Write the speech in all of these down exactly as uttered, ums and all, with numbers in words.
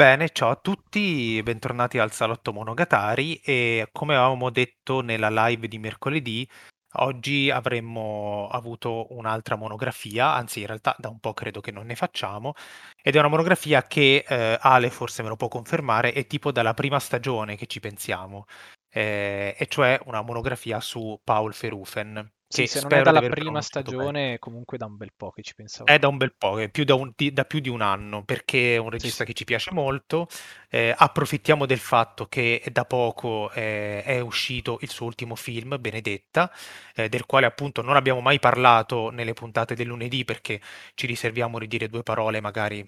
Bene, ciao a tutti, bentornati al Salotto Monogatari e come avevamo detto nella live di mercoledì, oggi avremmo avuto un'altra monografia, anzi in realtà da un po' credo che non ne facciamo, ed è una monografia che eh, Ale forse me lo può confermare, è tipo dalla prima stagione che ci pensiamo, eh, e cioè una monografia su Paul Verhoeven, Sì, che se non è spero di dalla aver prima pronunciato bene. stagione, comunque da un bel po' che ci È pensavamo. da un bel po', è più da, un- di, da più di un anno, perché è un Sì, regista sì. che ci piace molto. Eh, approfittiamo del fatto che da poco eh, è uscito il suo ultimo film, Benedetta, eh, del quale appunto non abbiamo mai parlato nelle puntate del lunedì perché ci riserviamo di dire due parole magari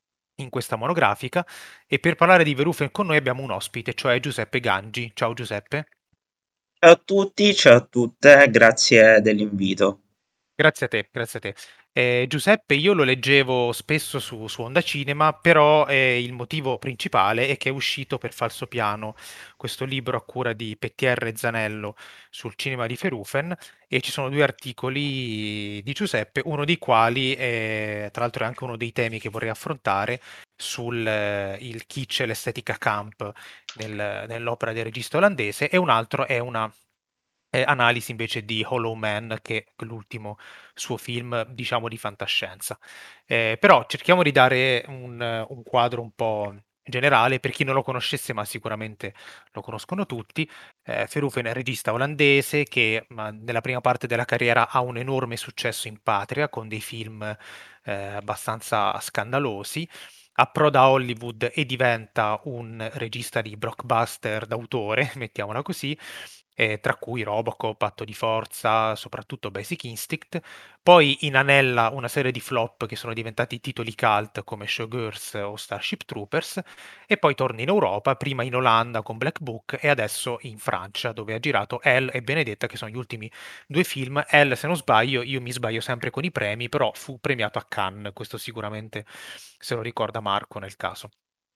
in questa monografica. E per parlare di Verhoeven con noi abbiamo un ospite, cioè Giuseppe Gangi. Ciao Giuseppe. Ciao a tutti, ciao a tutte, grazie dell'invito. Grazie a te, grazie a te. Eh, Giuseppe, io lo leggevo spesso su, su Onda Cinema, però eh, il motivo principale è che è uscito per Falso Piano questo libro a cura di Pettier e Zanello sul cinema di Verhoeven e ci sono due articoli di Giuseppe, uno dei quali è, tra l'altro è anche uno dei temi che vorrei affrontare sul eh, il kitsch e l'estetica camp nel- nell'opera del regista olandese e un altro è una eh, analisi invece di Hollow Man, che è l'ultimo suo film, diciamo, di fantascienza. Eh, però cerchiamo di dare un, un quadro un po' generale per chi non lo conoscesse, ma sicuramente lo conoscono tutti. Eh, Verhoeven è un regista olandese che ma, nella prima parte della carriera ha un enorme successo in patria con dei film eh, abbastanza scandalosi. Approda a Hollywood e diventa un regista di blockbuster d'autore, mettiamola così, eh, tra cui Robocop, Patto di Forza, soprattutto Basic Instinct. Poi inanella una serie di flop che sono diventati titoli cult come Showgirls o Starship Troopers, e poi torna in Europa, prima in Olanda con Black Book e adesso in Francia, dove ha girato Elle e Benedetta, che sono gli ultimi due film. Elle, se non sbaglio, io mi sbaglio sempre con i premi, però fu premiato a Cannes, questo sicuramente se lo ricorda Marco nel caso.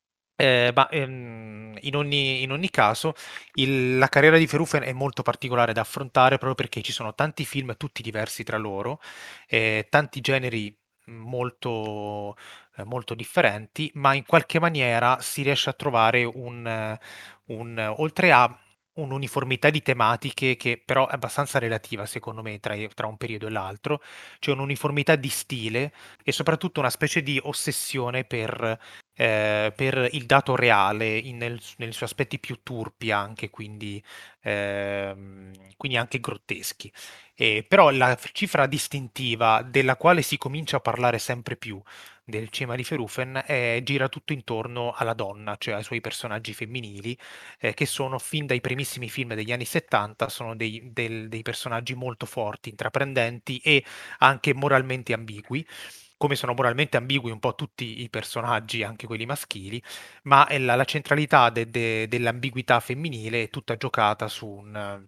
Eh, ma ehm, in ogni, in ogni caso, il- la carriera di Verhoeven è molto particolare da affrontare proprio perché ci sono tanti film, tutti diversi tra loro, eh, tanti generi molto, eh, molto differenti, ma in qualche maniera si riesce a trovare un, eh, un- oltre a un'uniformità di tematiche che però è abbastanza relativa, secondo me, tra, tra un periodo e l'altro, c'è un'uniformità di stile e soprattutto una specie di ossessione per eh, per il dato reale in- nel- nei suoi aspetti più turpi anche, quindi, ehm, quindi anche grotteschi. E, però la f- cifra distintiva della quale si comincia a parlare sempre più del cinema di Verhoeven è, gira tutto intorno alla donna, cioè ai suoi personaggi femminili, eh, che sono fin dai primissimi film degli anni settanta, sono dei, del- dei personaggi molto forti, intraprendenti e anche moralmente ambigui, come sono moralmente ambigui un po' tutti i personaggi, anche quelli maschili, ma è la, la centralità de- de- dell'ambiguità femminile è tutta giocata su un,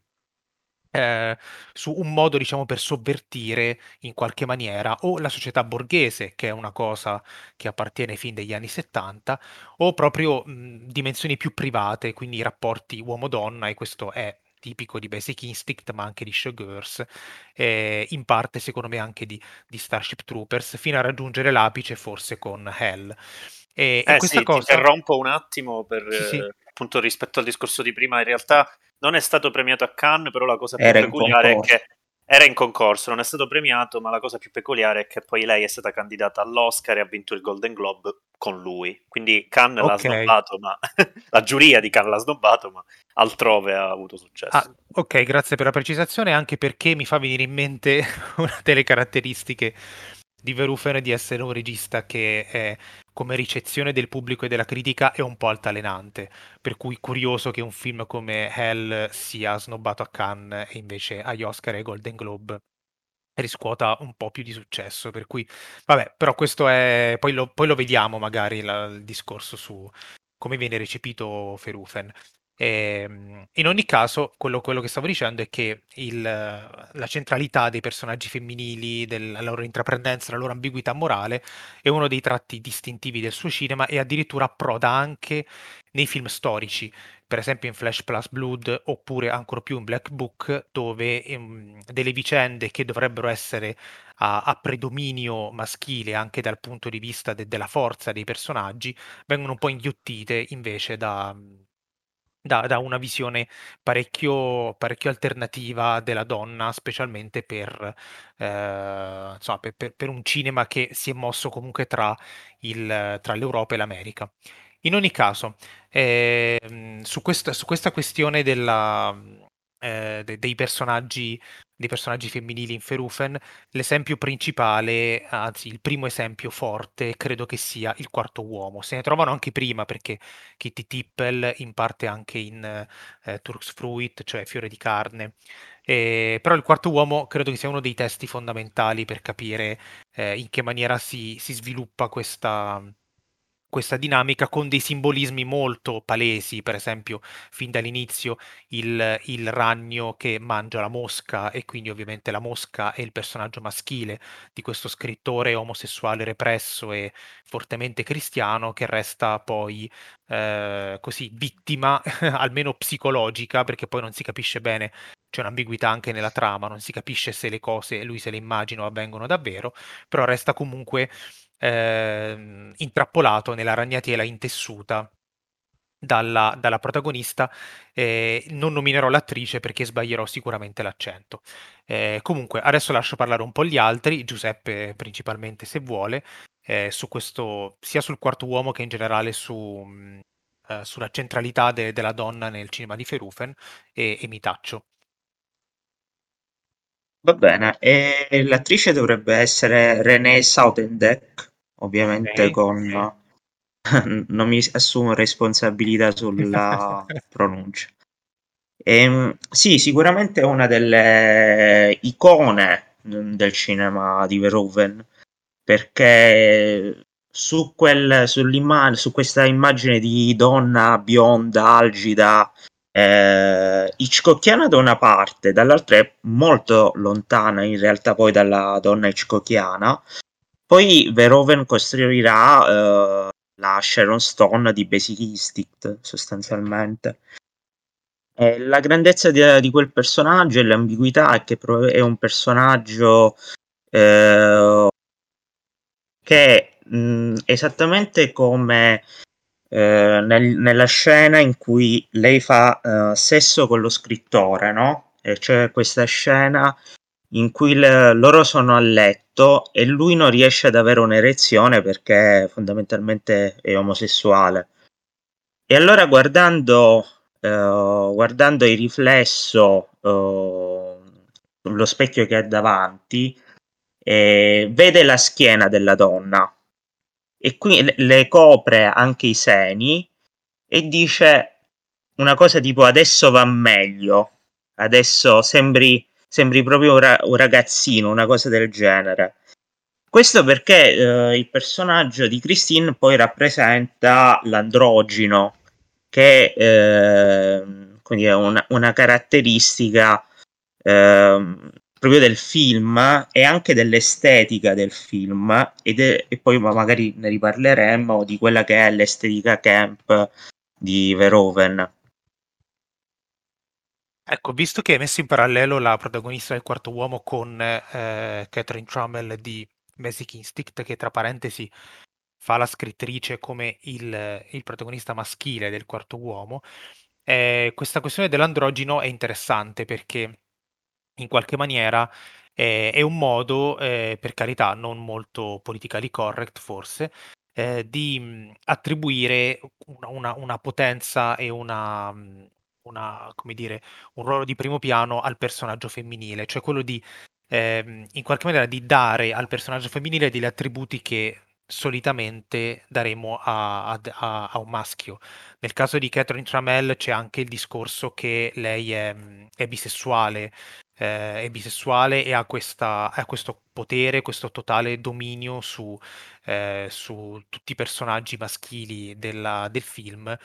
eh, su un modo, diciamo, per sovvertire in qualche maniera o la società borghese, che è una cosa che appartiene ai fin degli anni settanta, o proprio mh, dimensioni più private, quindi i rapporti uomo-donna, e questo è tipico di Basic Instinct, ma anche di Showgirls, e in parte, secondo me, anche di, di Starship Troopers, fino a raggiungere l'apice forse con Hell. E, e Eh questa sì, ti cosa... interrompo un attimo per Sì, sì. eh, appunto rispetto al discorso di prima. In realtà non è stato premiato a Cannes, però la cosa più Era in peculiare è concorso. che era in concorso, non è stato premiato, ma la cosa più peculiare è che poi lei è stata candidata all'Oscar e ha vinto il Golden Globe con lui. Quindi Cannes l'ha Ok. snobbato, ma la giuria di Cannes l'ha snobbato, ma altrove ha avuto Ah, successo. ok, grazie per la precisazione, anche perché mi fa venire in mente una delle caratteristiche di Verhoeven di essere un regista che è, come ricezione del pubblico e della critica è un po' altalenante, per cui curioso che un film come Hell sia snobbato a Cannes e invece agli Oscar e ai Golden Globe riscuota un po' più di successo, per cui vabbè, però questo è poi lo, poi lo vediamo magari la- il discorso su come viene recepito Verhoeven. Ehm, in ogni caso, quello, quello che stavo dicendo è che il- la centralità dei personaggi femminili, del- la loro intraprendenza, la loro ambiguità morale è uno dei tratti distintivi del suo cinema e addirittura approda anche nei film storici, per esempio in Flash Plus Blood oppure ancora più in Black Book, dove ehm, delle vicende che dovrebbero essere a, a predominio maschile anche dal punto di vista de- della forza dei personaggi vengono un po' inghiottite invece da, da, da una visione parecchio, parecchio alternativa della donna, specialmente per, eh, insomma, per, per- per un cinema che si è mosso comunque tra, il- tra l'Europa e l'America. In ogni caso, ehm, su questa, su questa questione della, eh, de- dei personaggi, dei personaggi femminili in Ferufen, l'esempio principale, anzi il primo esempio forte, credo che sia il quarto uomo. Se ne trovano anche prima perché Kitty Tippel, in parte anche in eh, Turks Fruit, cioè Fiore di carne. Eh, però il quarto uomo credo che sia uno dei testi fondamentali per capire eh, in che maniera si, si sviluppa questa, questa dinamica con dei simbolismi molto palesi, per esempio, fin dall'inizio il, il ragno che mangia la mosca e quindi ovviamente la mosca è il personaggio maschile di questo scrittore omosessuale represso e fortemente cristiano che resta poi eh, così vittima, almeno psicologica, perché poi non si capisce bene, c'è un'ambiguità anche nella trama, non si capisce se le cose lui se le immagina o avvengono davvero, però resta comunque ehm, intrappolato nella ragnatela intessuta dalla, dalla protagonista. Eh, non nominerò l'attrice perché sbaglierò sicuramente l'accento. Eh, comunque, adesso lascio parlare un po' gli altri, Giuseppe principalmente se vuole, eh, su questo, sia sul quarto uomo che in generale su, mh, eh, sulla centralità de- della donna nel cinema di Verhoeven e, e mi taccio. Va bene, e l'attrice dovrebbe essere Renée Sautendek, ovviamente Ok. con... non mi assumo responsabilità sulla pronuncia. Ehm, sì, sicuramente è una delle icone mm, del cinema di Verhoeven, perché su, quel, sull'imma- su questa immagine di donna bionda, algida, eh, Hitchcockiana da una parte, dall'altra è molto lontana in realtà poi dalla donna Hitchcockiana. Poi Verhoeven costruirà eh, la Sharon Stone di Basic Instinct, sostanzialmente. E la grandezza di, di quel personaggio e l'ambiguità è che pro- è un personaggio eh, che mh, esattamente come eh, nel- nella scena in cui lei fa eh, sesso con lo scrittore, no? E c'è questa scena in cui le- loro sono a letto e lui non riesce ad avere un'erezione perché fondamentalmente è omosessuale. E allora guardando, eh, guardando il riflesso, eh, lo specchio che ha davanti, eh, vede la schiena della donna e qui le le copre anche i seni e dice una cosa tipo adesso va meglio, adesso sembri, sembri proprio un, ra- un ragazzino, una cosa del genere. Questo perché eh, il personaggio di Christine poi rappresenta l'androgino, che eh, quindi è una, una caratteristica ehm, proprio del film e anche dell'estetica del film, ed è- e poi ma- magari ne riparleremo di quella che è l'estetica camp di Verhoeven. Ecco, visto che hai messo in parallelo la protagonista del quarto uomo con eh, Catherine Trammell di Basic Instinct, che tra parentesi fa la scrittrice come il, il protagonista maschile del quarto uomo, eh, questa questione dell'androgino è interessante perché in qualche maniera eh, è un modo, eh, per carità, non molto politically correct forse, eh, di mh, attribuire una, una- una potenza e una, mh, una, come dire, un ruolo di primo piano al personaggio femminile, cioè quello di, ehm, in qualche maniera, di dare al personaggio femminile degli attributi che solitamente daremo a, a- a- a un maschio. Nel caso di Catherine Tramell c'è anche il discorso che lei è, mh, è bisessuale, eh, è bisessuale e ha, questa, ha questo potere, questo totale dominio su, eh, su tutti i personaggi maschili della- del film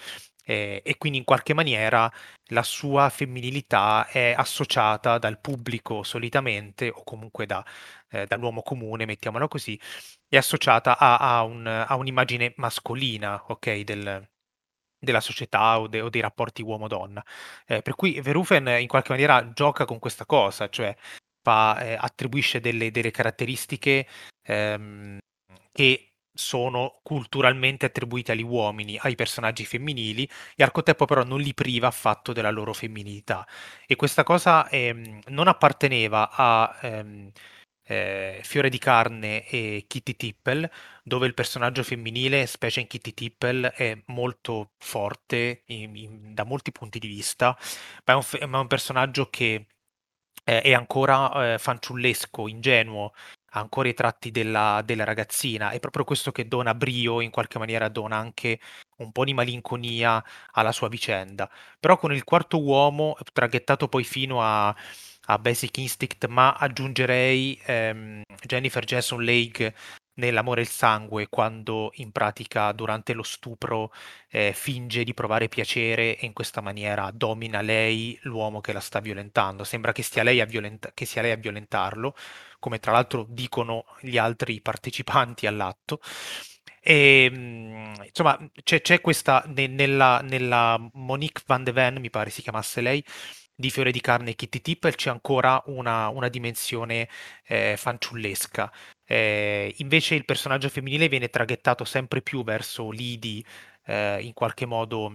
eh, e quindi in qualche maniera la sua femminilità è associata dal pubblico solitamente, o comunque da, eh, dall'uomo comune, mettiamola così, è associata a, a un- a un'immagine mascolina, ok, del- della società o, de- o dei rapporti uomo-donna. Eh, per cui Verhoeven in qualche maniera gioca con questa cosa, cioè fa, eh, attribuisce delle, delle caratteristiche ehm, che sono culturalmente attribuite agli uomini, ai personaggi femminili, e al contempo però non li priva affatto della loro femminilità. E questa cosa ehm, non apparteneva a ehm, eh, Fiore di Carne e Kitty Tippel, dove il personaggio femminile, specie in Kitty Tippel, è molto forte in- in- da molti punti di vista, ma è un, fe- ma è un personaggio che eh, è ancora eh, fanciullesco, ingenuo, ha ancora i tratti della, della ragazzina. È proprio questo che dona brio, in qualche maniera dona anche un po' di malinconia alla sua vicenda. Però con il quarto uomo, traghettato poi fino a, a Basic Instinct, ma aggiungerei ehm, Jennifer Jason Leigh nell'Amore e il sangue, quando in pratica durante lo stupro eh, finge di provare piacere e in questa maniera domina lei l'uomo che la sta violentando. Sembra che sia lei a, violenta- che sia lei a violentarlo, come tra l'altro dicono gli altri partecipanti all'atto. E, mh, insomma, c'è, c'è questa ne- nella, nella Monique Van de Ven, mi pare si chiamasse lei, di Fiore di Carne e Kitty Tippel, c'è ancora una, una dimensione eh, fanciullesca. Eh, invece il personaggio femminile viene traghettato sempre più verso lidi eh, in qualche modo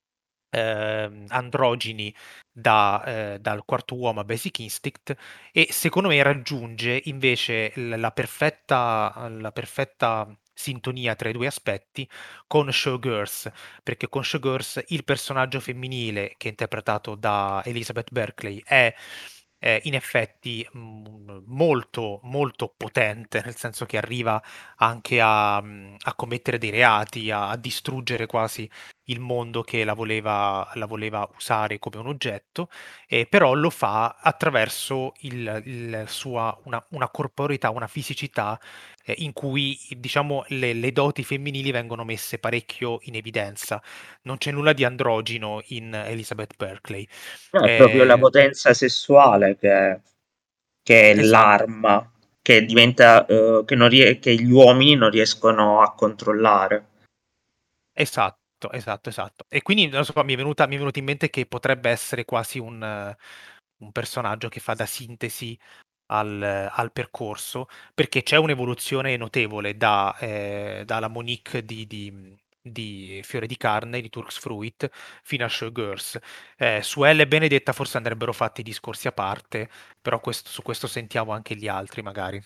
ehm, androgini da, eh, dal quarto uomo a Basic Instinct, e secondo me raggiunge invece l- la perfetta, la perfetta sintonia tra i due aspetti con Showgirls, perché con Showgirls il personaggio femminile, che è interpretato da Elizabeth Berkley, è eh, in effetti mh, molto molto potente, nel senso che arriva anche a, mh, a commettere dei reati, a, a distruggere quasi il mondo che la voleva, la voleva usare come un oggetto, eh, però lo fa attraverso il, il sua, una, una corporeità, una fisicità eh, in cui diciamo le, le doti femminili vengono messe parecchio in evidenza. Non c'è nulla di androgino in Elizabeth Berkley. No, è proprio la Eh, potenza sessuale che, che è esatto. l'arma che diventa, eh, che, non rie- che gli uomini non riescono a controllare. Esatto, esatto, esatto. E quindi non so, mi è venuta, mi è venuto in mente che potrebbe essere quasi un, eh, un personaggio che fa da sintesi al, al percorso, perché c'è un'evoluzione notevole da, eh, dalla Monique di, di- di Fiore di Carne, di Turks Fruit, fino a Showgirls. Eh, su Elle e Benedetta forse andrebbero fatti discorsi a parte, però questo- su questo sentiamo anche gli altri magari.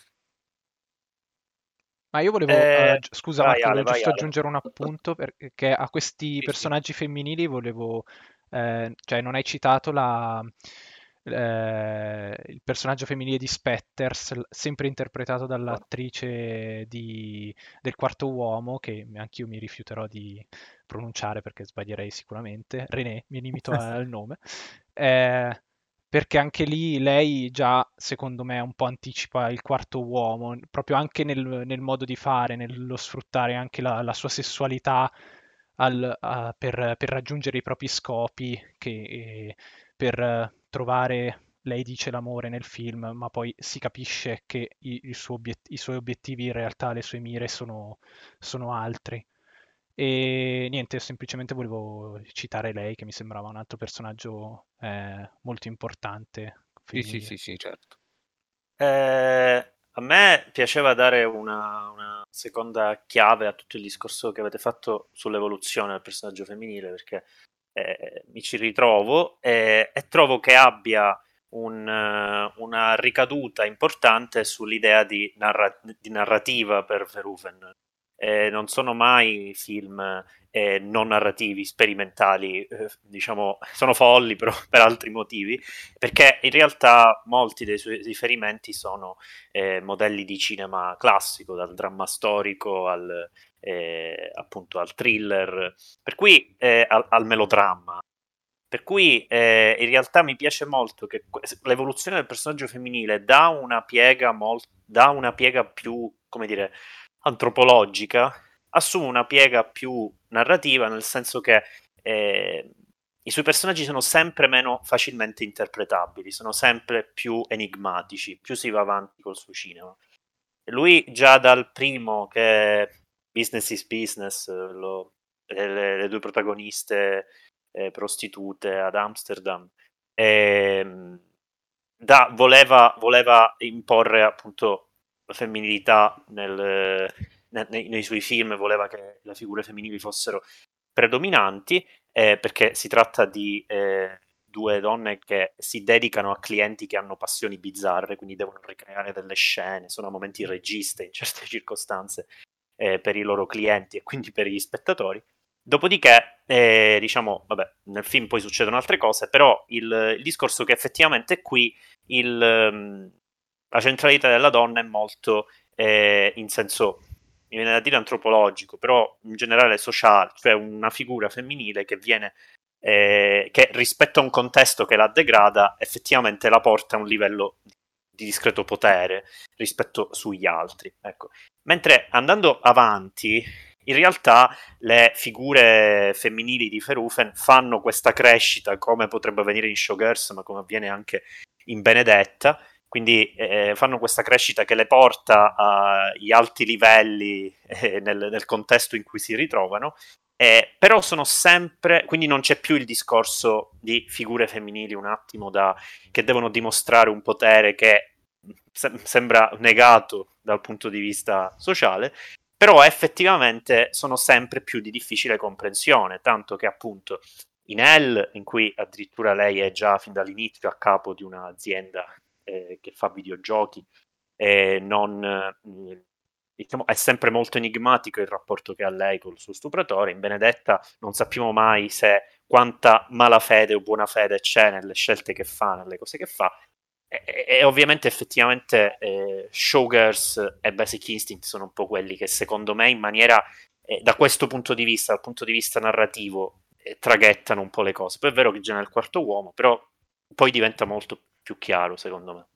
Ma io volevo, eh, Eh, aggi- scusa vai Marco, Ale, volevo vai giusto Ale. aggiungere un appunto perché a questi Sì, sì. personaggi femminili volevo, eh, cioè non hai citato la, eh, il personaggio femminile di Spetters, l- sempre interpretato dall'attrice di- del Quarto Uomo, che anch'io mi rifiuterò di pronunciare perché sbaglierei sicuramente. René, mi limito al nome. Eh, perché anche lì lei già, secondo me, un po' anticipa il quarto uomo, proprio anche nel, nel modo di fare, nello sfruttare anche la, la sua sessualità al- a- per, per raggiungere i propri scopi, che, eh, per eh, trovare, lei dice l'amore nel film, ma poi si capisce che i, il suo obiet- i suoi obiettivi, in realtà, le sue mire sono, sono altri. E niente, semplicemente volevo citare lei, che mi sembrava un altro personaggio eh, molto importante, Sì, sì, femminile. sì, sì, certo. Eh, a me piaceva dare una, una seconda chiave a tutto il discorso che avete fatto sull'evoluzione del personaggio femminile, perché eh, mi ci ritrovo e, e trovo che abbia un, eh, una ricaduta importante sull'idea di, narra- di narrativa per Verhoeven. Eh, non sono mai film eh, non narrativi, sperimentali, eh, diciamo, sono folli però per altri motivi, perché in realtà molti dei suoi riferimenti sono eh, modelli di cinema classico, dal dramma storico al, eh, appunto al thriller, per cui eh, al, al melodramma. Per cui eh, in realtà mi piace molto che que- l'evoluzione del personaggio femminile dà una piega, mol- dà una piega più, come dire, antropologica, assume una piega più narrativa, nel senso che eh, i suoi personaggi sono sempre meno facilmente interpretabili, sono sempre più enigmatici, più si va avanti col suo cinema. Lui già dal primo, che Business is Business, lo, le, le due protagoniste eh, prostitute ad Amsterdam, eh, da, voleva, voleva imporre appunto la femminilità nel, nei, nei suoi film, voleva che le figure femminili fossero predominanti, eh, perché si tratta di eh, due donne che si dedicano a clienti che hanno passioni bizzarre, quindi devono ricreare delle scene, sono a momenti registe in certe circostanze eh, per i loro clienti e quindi per gli spettatori. Dopodiché, eh, diciamo, vabbè, nel film poi succedono altre cose, però il, il discorso che effettivamente qui il, um, la centralità della donna è molto eh, in senso, mi viene da dire antropologico, però in generale sociale, cioè una figura femminile che viene eh, che rispetto a un contesto che la degrada effettivamente la porta a un livello di discreto potere rispetto sugli altri, ecco. Mentre andando avanti, in realtà le figure femminili di Verhoeven fanno questa crescita come potrebbe avvenire in Showgirls, ma come avviene anche in Benedetta, quindi eh, fanno questa crescita che le porta agli alti livelli eh, nel, nel contesto in cui si ritrovano, eh, però sono sempre, quindi non c'è più il discorso di figure femminili un attimo da, che devono dimostrare un potere che se- sembra negato dal punto di vista sociale, però effettivamente sono sempre più di difficile comprensione, tanto che appunto in Elle, in cui addirittura lei è già fin dall'inizio a capo di un'azienda eh, che fa videogiochi, e non, eh, diciamo, è sempre molto enigmatico il rapporto che ha lei col suo stupratore. In Benedetta non sappiamo mai se quanta malafede o buona fede c'è nelle scelte che fa, nelle cose che fa. E, e ovviamente effettivamente eh, Showgirls e Basic Instinct sono un po' quelli che secondo me in maniera eh, da questo punto di vista, dal punto di vista narrativo, eh, traghettano un po' le cose. Poi è vero che già nel Quarto Uomo, però poi diventa molto più chiaro secondo me.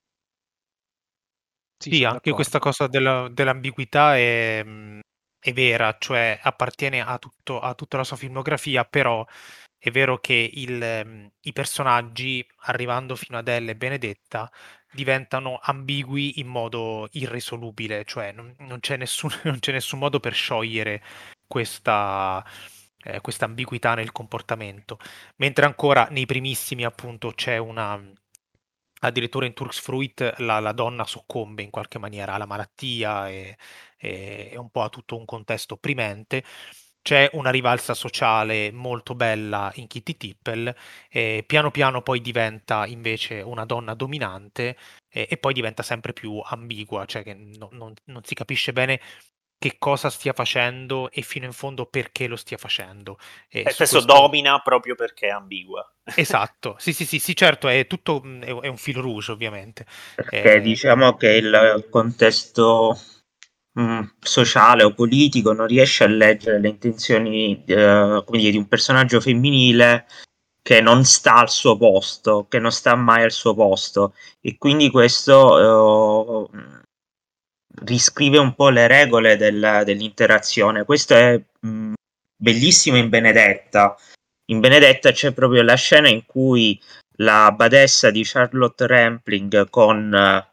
Sì, Sì, sono anche d'accordo. questa cosa della- dell'ambiguità è, mh, è vera, cioè appartiene a, tutto- a tutta la sua filmografia, però è vero che il, mh, i personaggi, arrivando fino ad Elle e Benedetta, diventano ambigui in modo irrisolubile, cioè non, non c'è nessun, non c'è nessun modo per sciogliere questa, eh, questa ambiguità nel comportamento. Mentre ancora nei primissimi, appunto, c'è una addirittura in Turks Fruit la, la donna soccombe in qualche maniera alla malattia e, e, e un po' a tutto un contesto opprimente. C'è una rivalsa sociale molto bella in Kitty Tippel, e piano piano poi diventa invece una donna dominante e, e poi diventa sempre più ambigua, cioè che no- non, non si capisce bene che cosa stia facendo e fino in fondo perché lo stia facendo. E E su spesso questo domina proprio perché è ambigua. esatto, sì, sì, sì, sì, certo, è tutto, mh, è, è un fil rouge ovviamente. Perché Eh, diciamo che il contesto mh, sociale o politico non riesce a leggere le intenzioni eh, come dire, di un personaggio femminile che non sta al suo posto, che non sta mai al suo posto, e quindi questo eh, riscrive un po' le regole del- dell'interazione. Questo è mh, bellissimo in Benedetta. In Benedetta c'è proprio la scena in cui la badessa di Charlotte Rampling con eh,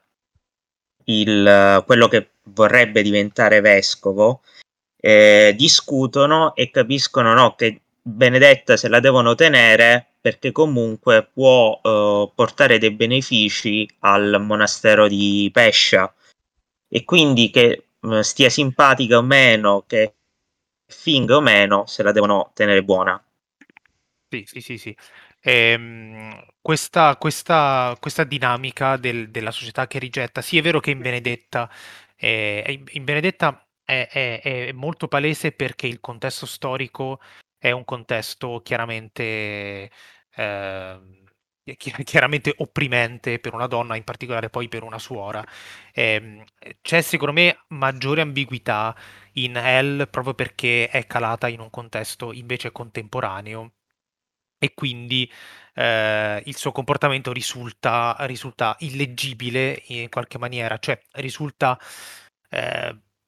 il, quello che vorrebbe diventare vescovo eh, discutono e capiscono no, che Benedetta se la devono tenere perché comunque può eh, portare dei benefici al monastero di Pescia, e quindi che eh, stia simpatica o meno, che finga o meno, se la devono tenere buona. Sì, sì, sì, sì. Ehm, questa, questa- questa dinamica del- della società che rigetta, sì, è vero che in Benedetta, eh, in in Benedetta è, è- è molto palese perché il contesto storico è un contesto chiaramente, ehm, chi- chiaramente opprimente per una donna, in particolare poi per una suora. Ehm, c'è secondo me maggiore ambiguità in Elle proprio perché è calata in un contesto invece contemporaneo e quindi eh, il suo comportamento risulta, risulta illeggibile in qualche maniera, cioè risulta eh,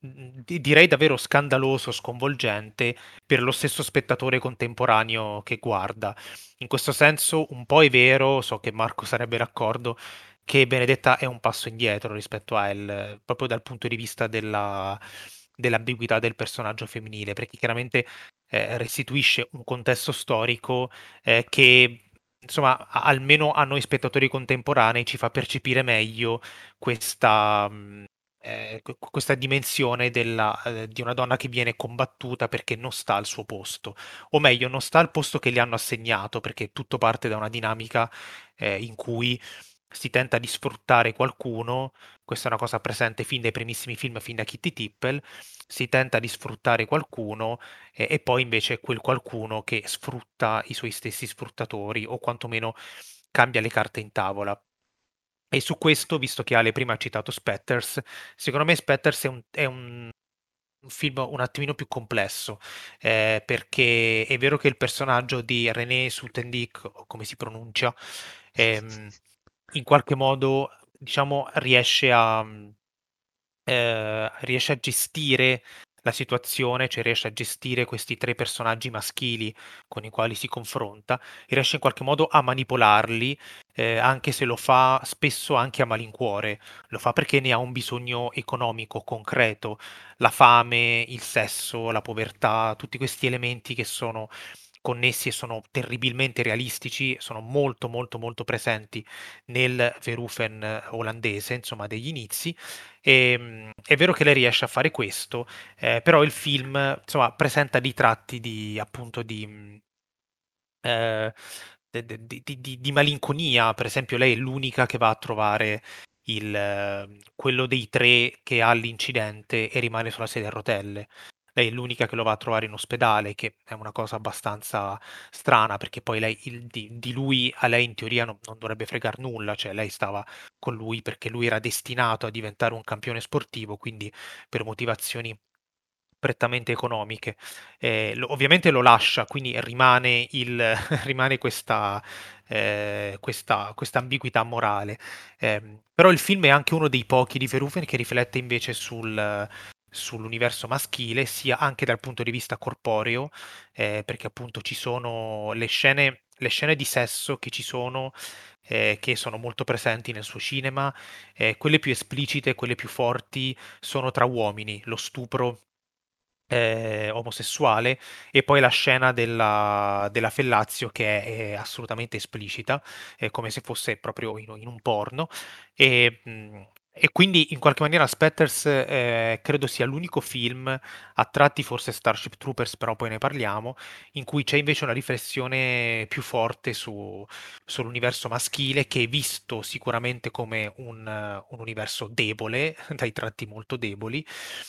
di- direi davvero scandaloso, sconvolgente per lo stesso spettatore contemporaneo che guarda. In questo senso, un po' è vero, so che Marco sarebbe d'accordo, che Benedetta è un passo indietro rispetto a Elle, proprio dal punto di vista della, dell'ambiguità del personaggio femminile, perché chiaramente eh, restituisce un contesto storico eh, che, insomma, a- almeno a noi spettatori contemporanei ci fa percepire meglio questa, mh, eh, que- questa dimensione della, eh, di una donna che viene combattuta perché non sta al suo posto, o meglio, non sta al posto che le hanno assegnato, perché tutto parte da una dinamica eh, in cui si tenta di sfruttare qualcuno. Questa è una cosa presente fin dai primissimi film, fin da Kitty Tippel. Si tenta di sfruttare qualcuno eh, e poi invece è quel qualcuno che sfrutta i suoi stessi sfruttatori o quantomeno cambia le carte in tavola. E su questo, visto che Ale prima ha citato Spetters, secondo me Spetters è un, è un- un film un attimino più complesso, eh, perché è vero che il personaggio di René Sultendick, o come si pronuncia, ehm, in qualche modo, diciamo, riesce a, eh, riesce a gestire la situazione, cioè riesce a gestire questi tre personaggi maschili con i quali si confronta e riesce in qualche modo a manipolarli, eh, anche se lo fa spesso anche a malincuore. Lo fa perché ne ha un bisogno economico, concreto, la fame, il sesso, la povertà, tutti questi elementi che sono connessi e sono terribilmente realistici, sono molto molto molto presenti nel Verhoeven olandese, insomma, degli inizi. E, mh, è vero che lei riesce a fare questo, eh, però il film, insomma, presenta dei tratti di, appunto, di, mh, eh, de- de- di, di- di- di malinconia. Per esempio, lei è l'unica che va a trovare il, eh, quello dei tre che ha l'incidente e rimane sulla sedia a rotelle. Lei è l'unica che lo va a trovare in ospedale, che è una cosa abbastanza strana, perché poi lei, il- di, di lui a lei in teoria non, non dovrebbe fregar nulla, cioè lei stava con lui perché lui era destinato a diventare un campione sportivo, quindi per motivazioni prettamente economiche. Eh, lo- ovviamente lo lascia, quindi rimane, il, rimane questa, eh, questa, questa ambiguità morale. Ehm, però il film è anche uno dei pochi di Verhoeven che riflette invece sul, sull'universo maschile, sia anche dal punto di vista corporeo, eh, perché appunto ci sono le scene, le scene di sesso che ci sono, eh, che sono molto presenti nel suo cinema, eh, quelle più esplicite, quelle più forti, sono tra uomini, lo stupro eh, omosessuale, e poi la scena della, della Fellazio che è, è assolutamente esplicita, è come se fosse proprio in, in un porno. E, mh, e quindi in qualche maniera Spetters eh, credo sia l'unico film, a tratti forse Starship Troopers, però poi ne parliamo, in cui c'è invece una riflessione più forte su, sull'universo maschile, che è visto sicuramente come un, un universo debole, dai tratti molto deboli,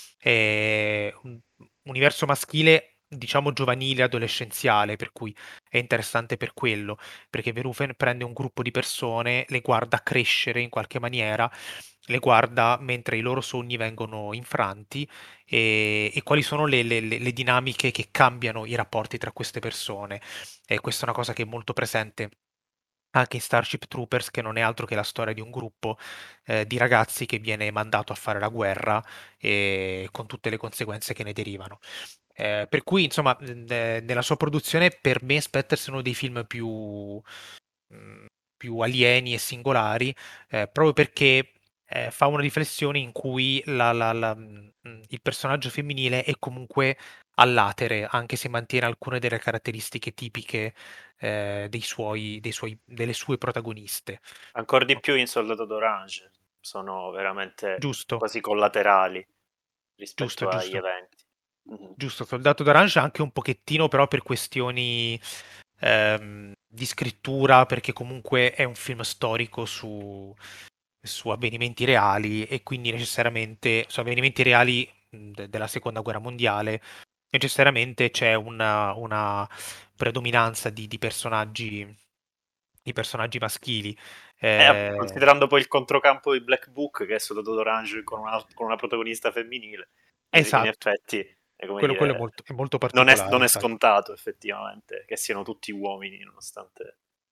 è un universo maschile, diciamo giovanile, adolescenziale, per cui è interessante per quello, perché Verhoeven prende un gruppo di persone, le guarda crescere in qualche maniera, le guarda mentre i loro sogni vengono infranti, e, e quali sono le, le- le- le dinamiche che cambiano i rapporti tra queste persone. E questa è una cosa che è molto presente anche in Starship Troopers, che non è altro che la storia di un gruppo eh, di ragazzi che viene mandato a fare la guerra, e con tutte le conseguenze che ne derivano. Eh, per cui, insomma, n- eh, nella sua produzione, per me, Spetters è uno dei film più, mh, più alieni e singolari, eh, proprio perché eh, fa una riflessione in cui la- la- la- mh, il personaggio femminile è comunque all'atere, anche se mantiene alcune delle caratteristiche tipiche eh, dei suoi, dei suoi- delle sue protagoniste. Ancora di più in Soldato d'Orange, sono veramente Giusto, quasi collaterali giusto, rispetto agli giusto. eventi. Mhm. Giusto, Soldato d'Orange anche un pochettino però per questioni ehm, di scrittura, perché comunque è un film storico su, su avvenimenti reali, e quindi necessariamente su avvenimenti reali mh, de- della seconda guerra mondiale, necessariamente c'è una, una predominanza di, di personaggi, di personaggi maschili. E vabbè, Eh, considerando poi il controcampo di Black Book, che è Soldato d'Orange con una, con una protagonista femminile, in, in esatto, effetti è come quello, quello è dire, molto, è molto non è, particolare, non è infatti. scontato effettivamente che siano tutti uomini, nonostante...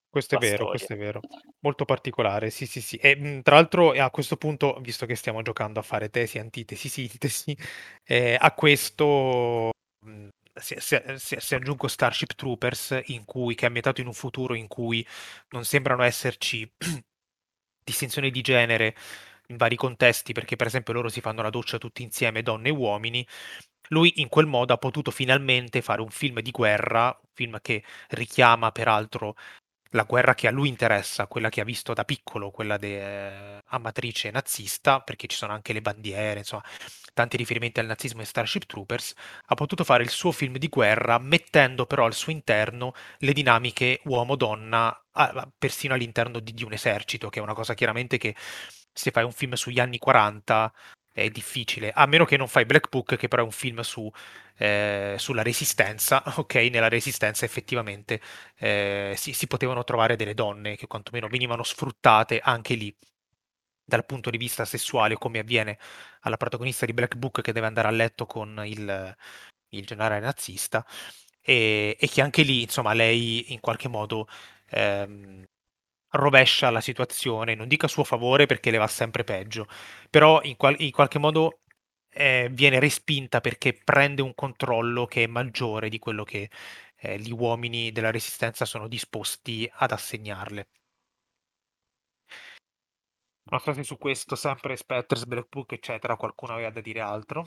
Questo è la vero, storia. questo è vero. Molto particolare, sì, sì, sì. E mh, tra l'altro a questo punto, visto che stiamo giocando a fare tesi, antitesi, sintesi, eh, a questo mh, si, si- si- si aggiungo Starship Troopers, in cui, che è ambientato in un futuro in cui non sembrano esserci distinzioni di genere in vari contesti, perché per esempio loro si fanno la doccia tutti insieme, donne e uomini. Lui in quel modo ha potuto finalmente fare un film di guerra, un film che richiama peraltro la guerra che a lui interessa, quella che ha visto da piccolo, quella de- a matrice nazista, perché ci sono anche le bandiere, insomma, tanti riferimenti al nazismo e Starship Troopers, ha potuto fare il suo film di guerra mettendo però al suo interno le dinamiche uomo-donna, ah, persino all'interno di, di un esercito, che è una cosa chiaramente che se fai un film sugli anni quaranta è difficile, a meno che non fai Black Book, che però è un film su, eh, sulla resistenza, ok? Nella resistenza effettivamente eh, si, si potevano trovare delle donne che quantomeno venivano sfruttate anche lì dal punto di vista sessuale, come avviene alla protagonista di Black Book che deve andare a letto con il, il generale nazista, e, e che anche lì, insomma, lei in qualche modo ehm, rovescia la situazione, non dico a suo favore perché le va sempre peggio, però in, qual- in qualche modo eh, viene respinta perché prende un controllo che è maggiore di quello che eh, gli uomini della resistenza sono disposti ad assegnarle. Una frase su questo, sempre Spetters, Black Book, eccetera, qualcuno aveva da dire altro?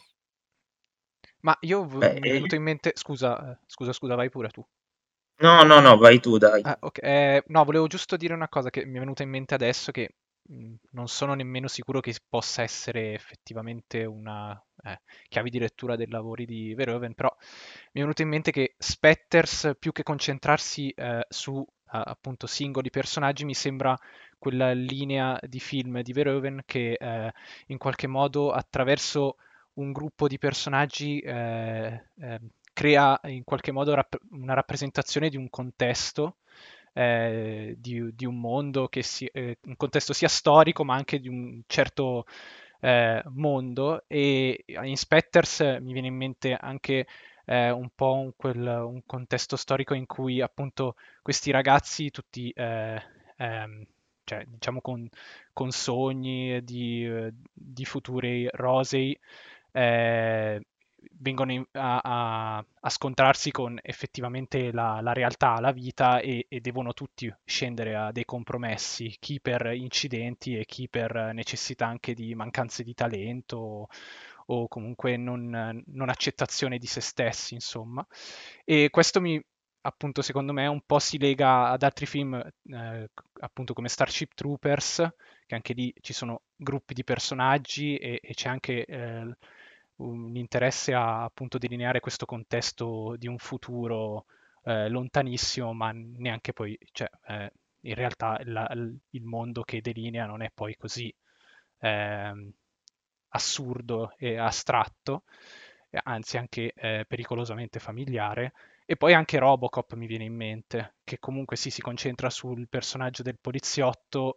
Ma io v- Beh, mi è eh, venuto in mente, scusa, eh, scusa, scusa, vai pure tu. no, no, no, vai tu, dai. Ah, ok. Eh, no, volevo giusto dire una cosa che mi è venuta in mente adesso, che mh, non sono nemmeno sicuro che possa essere effettivamente una eh, chiave di lettura dei lavori di Verhoeven, però mi è venuto in mente che Spetters, più che concentrarsi eh, su a- appunto singoli personaggi, mi sembra quella linea di film di Verhoeven che eh, in qualche modo attraverso un gruppo di personaggi eh, eh, crea in qualche modo rapp- una rappresentazione di un contesto, eh, di, di un mondo che si, eh, un contesto sia storico ma anche di un certo eh, mondo, e in Spetters mi viene in mente anche eh, un po' un, quel, un contesto storico in cui appunto questi ragazzi tutti eh, ehm, cioè, diciamo con, con sogni di, eh, di futuri rosei eh, vengono in- a, a- a scontrarsi con effettivamente la, la realtà, la vita, e, e devono tutti scendere a dei compromessi, chi per incidenti e chi per necessità anche di mancanze di talento o, o comunque non, non accettazione di se stessi, insomma. E questo mi, appunto, secondo me un po' si lega ad altri film, eh, appunto come Starship Troopers, che anche lì ci sono gruppi di personaggi e, e c'è anche eh, un interesse a appunto delineare questo contesto di un futuro eh, lontanissimo, ma neanche poi, cioè, eh, in realtà la- il il mondo che delinea non è poi così ehm, assurdo e astratto, e anzi anche eh, pericolosamente familiare. E poi anche Robocop mi viene in mente, che comunque sì, si concentra sul personaggio del poliziotto,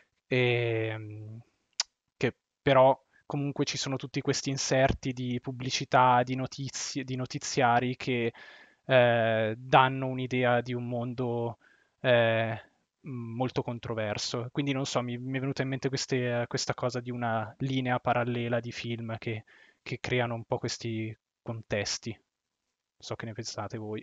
e, che però comunque ci sono tutti questi inserti di pubblicità, di notizie, di notiziari che eh, danno un'idea di un mondo eh, molto controverso. Quindi non so, mi, mi è venuta in mente queste- questa cosa di una linea parallela di film che, che creano un po' questi contesti. So che ne pensate voi.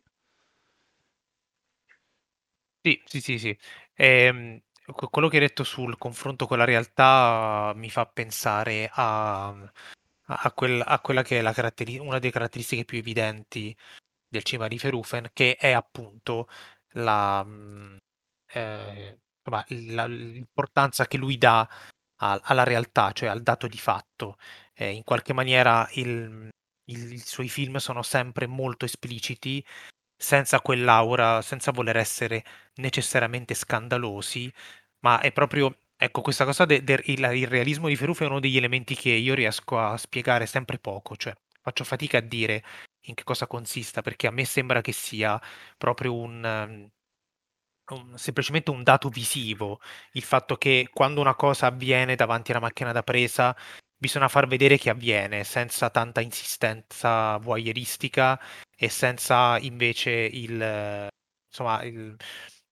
Sì, sì, sì, sì. Ehm, que- quello che hai detto sul confronto con la realtà mi fa pensare a, a- a quel- a quella che è la caratteri- una delle caratteristiche più evidenti del cinema di Verhoeven, che è appunto la, mh, eh, insomma, la- l'importanza che lui dà al- alla realtà, cioè al dato di fatto. Eh, in qualche maniera il- il- i suoi film sono sempre molto espliciti, senza quell'aura, senza voler essere necessariamente scandalosi, ma è proprio, ecco, questa cosa del il realismo di Ferrufa è uno degli elementi che io riesco a spiegare sempre poco, cioè faccio fatica a dire in che cosa consista, perché a me sembra che sia proprio un, ehm, un- semplicemente un dato visivo, il fatto che quando una cosa avviene davanti alla macchina da presa bisogna far vedere che avviene senza tanta insistenza voyeuristica e senza invece il, eh, insomma, il,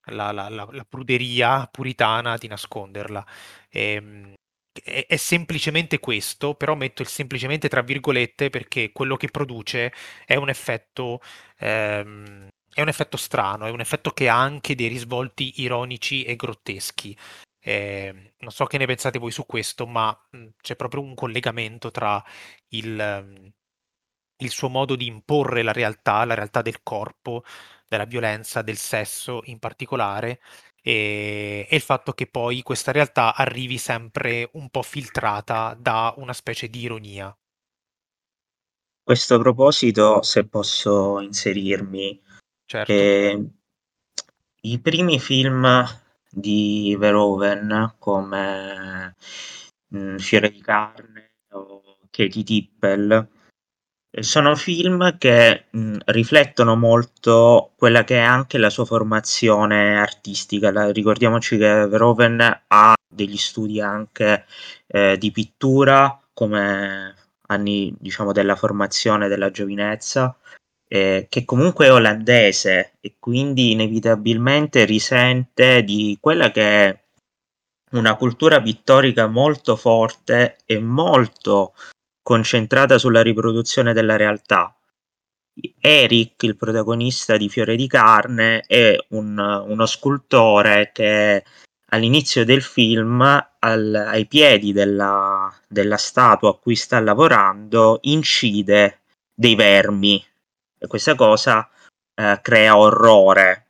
la, la- la- la pruderia puritana di nasconderla. Ehm, è, è semplicemente questo, però metto il semplicemente tra virgolette perché quello che produce è un effetto, ehm, è un effetto strano, è un effetto che ha anche dei risvolti ironici e grotteschi. Eh, non so che ne pensate voi su questo, ma mh, c'è proprio un collegamento tra il, ehm, il suo modo di imporre la realtà, la realtà del corpo, della violenza, del sesso in particolare, e, e il fatto che poi questa realtà arrivi sempre un po' filtrata da una specie di ironia. A questo proposito, se posso inserirmi, Certo. eh, i primi film di Verhoeven come mm, Fiore di carne o Katie Tippel eh, sono film che mh, riflettono molto quella che è anche la sua formazione artistica. La- ricordiamoci che Verhoeven ha degli studi anche eh, di pittura come anni, diciamo, della formazione della giovinezza, eh, che comunque è olandese e quindi inevitabilmente risente di quella che è una cultura pittorica molto forte e molto concentrata sulla riproduzione della realtà. Eric, il protagonista di Fiore di carne, è un- uno scultore che all'inizio del film, al- ai piedi della, della statua a cui sta lavorando, incide dei vermi e questa cosa eh, crea orrore.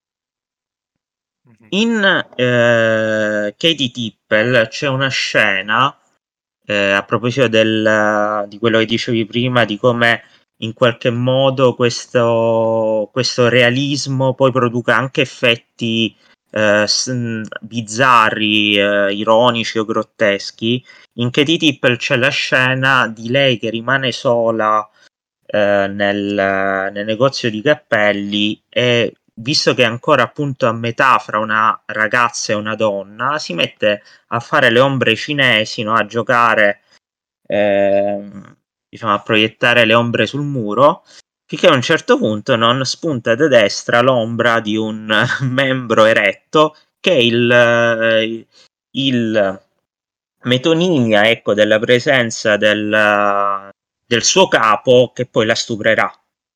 Mhm. In eh, Katie Tippel c'è una scena, eh, a proposito del, di quello che dicevi prima, di come in qualche modo questo, questo realismo poi produca anche effetti eh, s- bizzarri, eh, ironici o grotteschi. In Katie Tippel c'è la scena di lei che rimane sola eh, nel, nel negozio di cappelli e visto che è ancora appunto a metà fra una ragazza e una donna, si mette a fare le ombre cinesi, no? A giocare, ehm, diciamo, a proiettare le ombre sul muro, finché a un certo punto non spunta da destra l'ombra di un membro eretto che è il, eh, il metonimia, ecco, della presenza del, del suo capo che poi la stuprerà.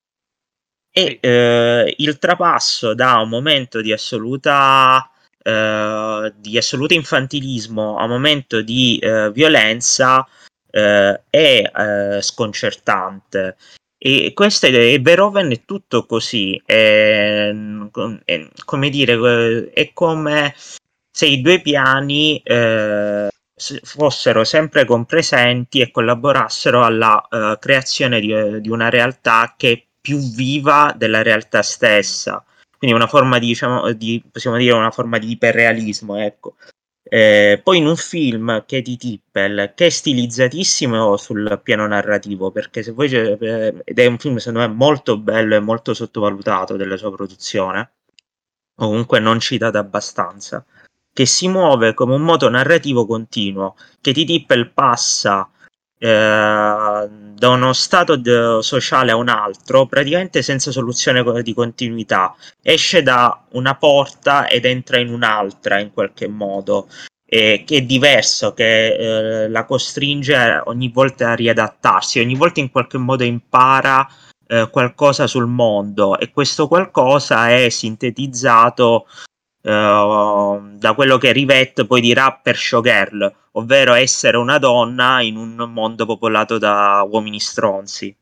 E Sì. eh, il trapasso da un momento di assoluta, eh, di assoluto infantilismo a un momento di eh, violenza eh, è eh, sconcertante. E questo è, è Verhoeven è tutto così, è, è, come dire, è come se i due piani eh, fossero sempre compresenti e collaborassero alla uh, creazione di, di, una realtà che è più viva della realtà stessa. Quindi una forma di, diciamo, di, possiamo dire, una forma di iperrealismo, ecco. Eh, poi in un film che è di Tippel, che è stilizzatissimo sul piano narrativo, perché se voi eh, ed è un film secondo me molto bello e molto sottovalutato della sua produzione, o comunque non citato abbastanza, che si muove come un moto narrativo continuo, che ti Tippel passa eh, da uno stato de- sociale a un altro praticamente senza soluzione di continuità, esce da una porta ed entra in un'altra in qualche modo, eh, che è diverso, che eh, la costringe ogni volta a riadattarsi, ogni volta in qualche modo impara eh, qualcosa sul mondo e questo qualcosa è sintetizzato eh, da quello che Rivette poi dirà per Showgirl, ovvero essere una donna in un mondo popolato da uomini stronzi.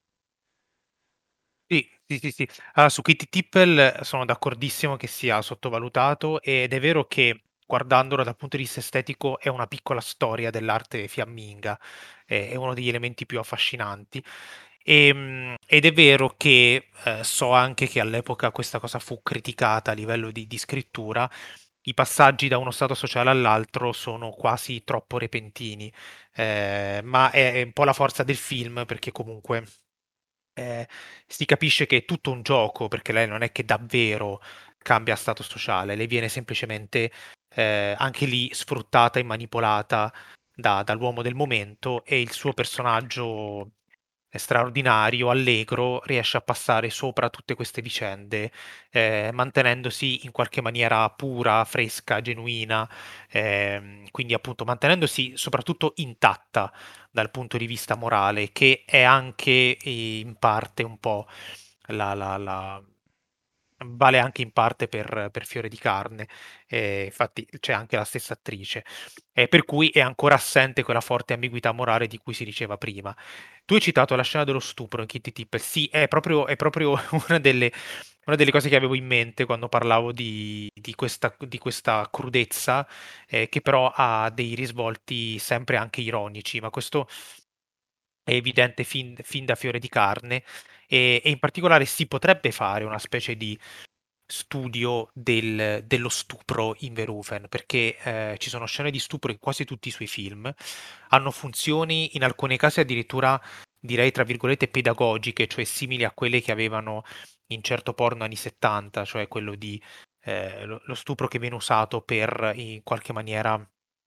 Sì, sì, sì, sì. Ah, su Kitty Tippel sono d'accordissimo che sia sottovalutato ed è vero che guardandolo dal punto di vista estetico è una piccola storia dell'arte fiamminga, è è uno degli elementi più affascinanti. Ehm, ed è vero che eh, so anche che all'epoca questa cosa fu criticata a livello di, di scrittura. I passaggi da uno stato sociale all'altro sono quasi troppo repentini, eh, ma è, è un po' la forza del film perché comunque eh, si capisce che è tutto un gioco, perché lei non è che davvero cambia stato sociale, lei viene semplicemente eh, anche lì sfruttata e manipolata da- dall'uomo del momento e il suo personaggio straordinario, allegro, riesce a passare sopra tutte queste vicende, eh, mantenendosi in qualche maniera pura, fresca, genuina, ehm, quindi appunto mantenendosi soprattutto intatta dal punto di vista morale, che è anche eh, in parte un po' la, la- la- vale anche in parte per, per Fiore di Carne, eh, infatti c'è anche la stessa attrice, eh, per cui è ancora assente quella forte ambiguità morale di cui si diceva prima. Tu hai citato la scena dello stupro in Kitty Tip, sì, è proprio, è proprio una delle, una delle cose che avevo in mente quando parlavo di, di questa, di questa crudezza, eh, che però ha dei risvolti sempre anche ironici, ma questo è evidente fin, fin da Fiore di Carne e, e in particolare si potrebbe fare una specie di studio del- dello stupro in Verhoeven, perché eh, ci sono scene di stupro in quasi tutti i suoi film, hanno funzioni in alcuni casi addirittura direi tra virgolette pedagogiche, cioè simili a quelle che avevano in certo porno anni settanta, cioè quello di eh, lo, lo stupro che viene usato per in qualche maniera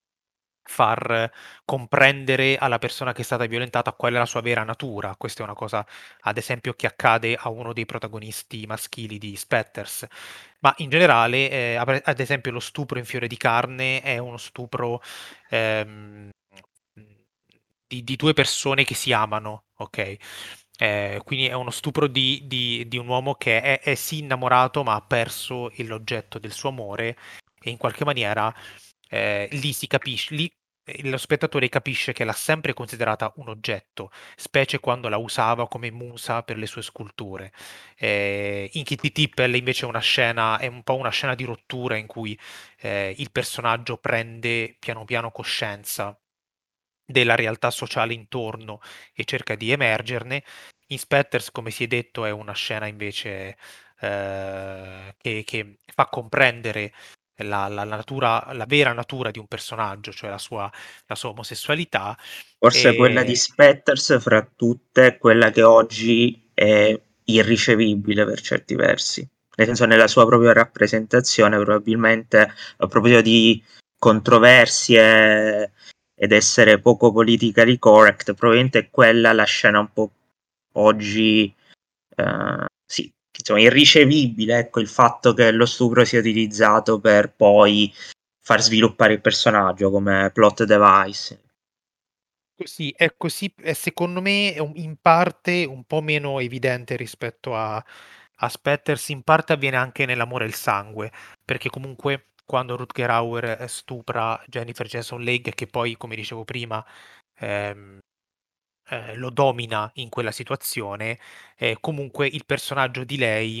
far comprendere alla persona che è stata violentata qual è la sua vera natura. Questa è una cosa, ad esempio, che accade a uno dei protagonisti maschili di Spetters. Ma in generale, eh, ad ad esempio, lo stupro in Fiore di Carne è uno stupro ehm, di, di due persone che si amano, ok? Eh, quindi è uno stupro di, di- di un uomo che è, è sì innamorato, ma ha perso l'oggetto del suo amore e in qualche maniera eh, lì si capisce, lì eh, lo spettatore capisce che l'ha sempre considerata un oggetto, specie quando la usava come musa per le sue sculture. Eh, in Kitty Tippel invece è una scena, è un po' una scena di rottura in cui eh, il personaggio prende piano piano coscienza della realtà sociale intorno e cerca di emergerne. In Spetters, come si è detto, è una scena invece eh, che, che fa comprendere la, la natura, la vera natura di un personaggio, cioè la sua, la sua omosessualità. Forse quella di E Spetters fra tutte è quella che oggi è irricevibile per certi versi. Nel senso, nella sua propria rappresentazione, probabilmente a proposito di controversie ed essere poco politically correct, probabilmente è quella la scena un po' oggi, eh, sì, insomma, irricevibile, ecco, il fatto che lo stupro sia utilizzato per poi far sviluppare il personaggio come plot device. Sì, è così, è secondo me è un- in parte un po' meno evidente rispetto a, a Spetters, in parte avviene anche nell'amore e il sangue, perché comunque quando Rutger Hauer eh, stupra Jennifer Jason Leigh, che poi, come dicevo prima, ehm, eh, lo domina in quella situazione, eh, comunque il personaggio di lei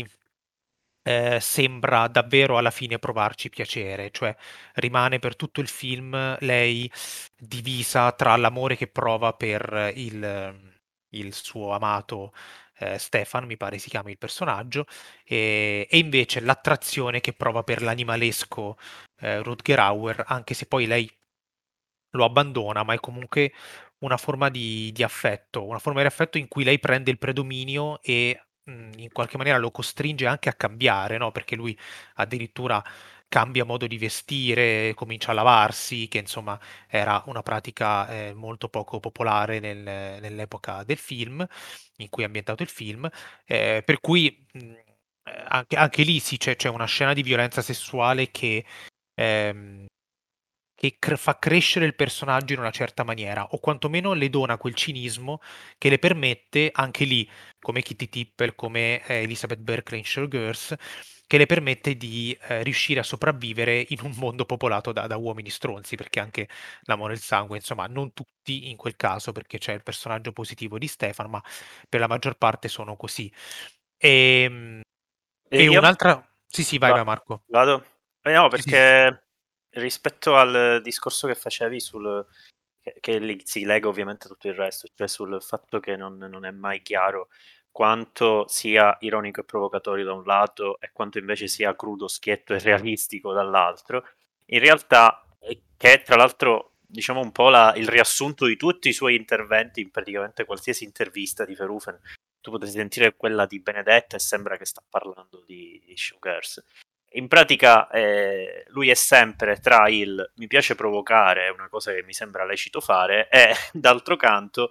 eh, sembra davvero alla fine provarci piacere, cioè rimane per tutto il film lei divisa tra l'amore che prova per il, il suo amato eh, Stefan, mi pare si chiami il personaggio, e, e invece l'attrazione che prova per l'animalesco eh, Rutger Hauer, anche se poi lei lo abbandona, ma è comunque una forma di, di affetto, una forma di affetto in cui lei prende il predominio e mh, in qualche maniera lo costringe anche a cambiare, no? Perché lui addirittura cambia modo di vestire, comincia a lavarsi, che insomma era una pratica eh, molto poco popolare nel- nell'epoca del film, in cui è ambientato il film, eh, per cui mh, eh, anche, anche lì sì, c'è, c'è una scena di violenza sessuale che ehm, che cr- fa crescere il personaggio in una certa maniera, o quantomeno le dona quel cinismo che le permette, anche lì, come Kitty Tippel, come eh, Elizabeth Berkley in Showgirls, che le permette di eh, riuscire a sopravvivere in un mondo popolato da, da uomini stronzi, perché anche l'amore e il sangue, insomma, non tutti in quel caso, perché c'è il personaggio positivo di Stefan, ma per la maggior parte sono così. E, E e io un'altra... Sì, sì, vai, vai va- Marco. vado? Eh no, Sì, sì, sì. perché rispetto al discorso che facevi sul che, che lì si lega ovviamente a tutto il resto, cioè sul fatto che non, non è mai chiaro quanto sia ironico e provocatorio da un lato e quanto invece sia crudo, schietto e realistico dall'altro. In realtà, eh, che è tra l'altro diciamo un po' la- il riassunto di tutti i suoi interventi in praticamente qualsiasi intervista di Verhoeven. Tu potresti sentire quella di Benedetta e sembra che sta parlando di, di Showgirls. In pratica eh, lui è sempre tra il mi piace provocare, è una cosa che mi sembra lecito fare, e d'altro canto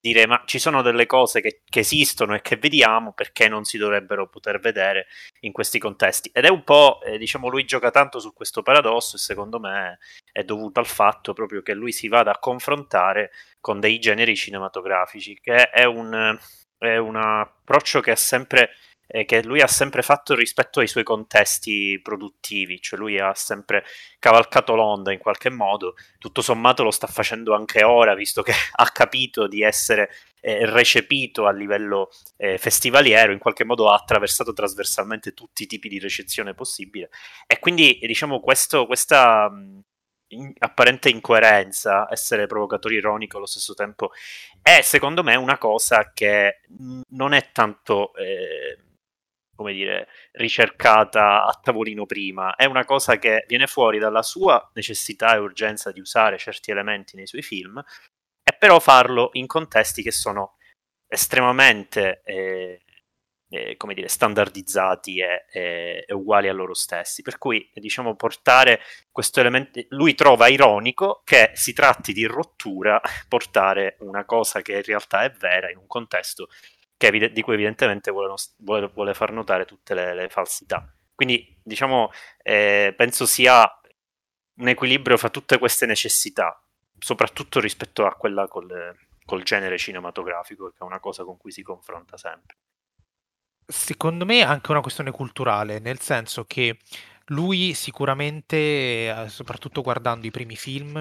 dire ma ci sono delle cose che, che esistono e che vediamo, perché non si dovrebbero poter vedere in questi contesti. Ed è un po', eh, diciamo, lui gioca tanto su questo paradosso, e secondo me è dovuto al fatto proprio che lui si vada a confrontare con dei generi cinematografici, che è un, è un approccio che ha sempre eh, che lui ha sempre fatto rispetto ai suoi contesti produttivi, cioè lui ha sempre cavalcato l'onda in qualche modo, tutto sommato lo sta facendo anche ora, visto che ha capito di essere eh, recepito a livello eh, festivaliero, in qualche modo ha attraversato trasversalmente tutti i tipi di recensione possibile, e quindi diciamo questo, questa mh, in- apparente incoerenza, essere provocatori ironico allo stesso tempo, è secondo me una cosa che mh, non è tanto eh, come dire, ricercata a tavolino prima, è una cosa che viene fuori dalla sua necessità e urgenza di usare certi elementi nei suoi film, e però farlo in contesti che sono estremamente eh, eh, come dire, standardizzati e, e, e uguali a loro stessi. Per cui, diciamo, portare questo elemento, lui trova ironico che si tratti di rottura, portare una cosa che in realtà è vera in un contesto che evide- di cui evidentemente vuole, nos- vuole- vuole far notare tutte le, le falsità. Quindi, diciamo, eh, penso sia un equilibrio fra tutte queste necessità, soprattutto rispetto a quella col, col genere cinematografico, che è una cosa con cui si confronta sempre. Secondo me è anche una questione culturale, nel senso che lui sicuramente, eh, soprattutto guardando i primi film,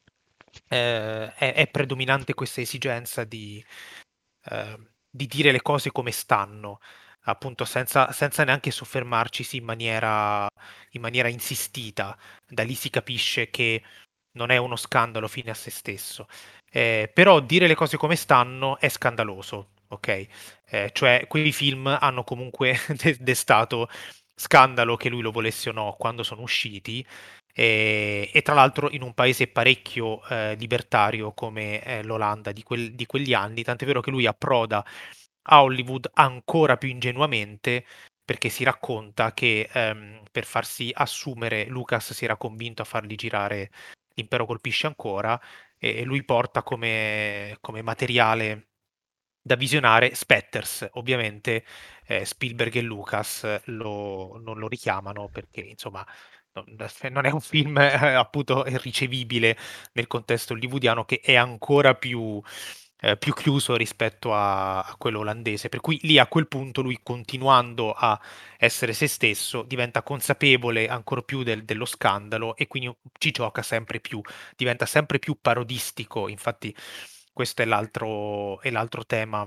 eh, è, è predominante questa esigenza di, eh, di dire le cose come stanno, appunto senza, senza neanche soffermarcisi in maniera, in maniera insistita. Da lì si capisce che non è uno scandalo fine a se stesso. Eh, però dire le cose come stanno è scandaloso, ok? Eh, cioè, quei film hanno comunque de- destato scandalo, che lui lo volesse o no, quando sono usciti. E, e tra l'altro in un paese parecchio eh, libertario come eh, l'Olanda di, quel- di quegli anni, tant'è vero che lui approda a Hollywood ancora più ingenuamente, perché si racconta che ehm, per farsi assumere Lucas si era convinto a fargli girare L'impero colpisce ancora, e e lui porta come, come materiale da visionare Spetters. Ovviamente eh, Spielberg e Lucas lo- non lo richiamano perché insomma non, non è un film eh, appunto ricevibile nel contesto hollywoodiano, che è ancora più, eh, più chiuso rispetto a, a quello olandese, per cui lì a quel punto lui, continuando a essere se stesso, diventa consapevole ancora più del- dello scandalo, e quindi ci gioca sempre più, diventa sempre più parodistico. Infatti questo è l'altro, è l'altro tema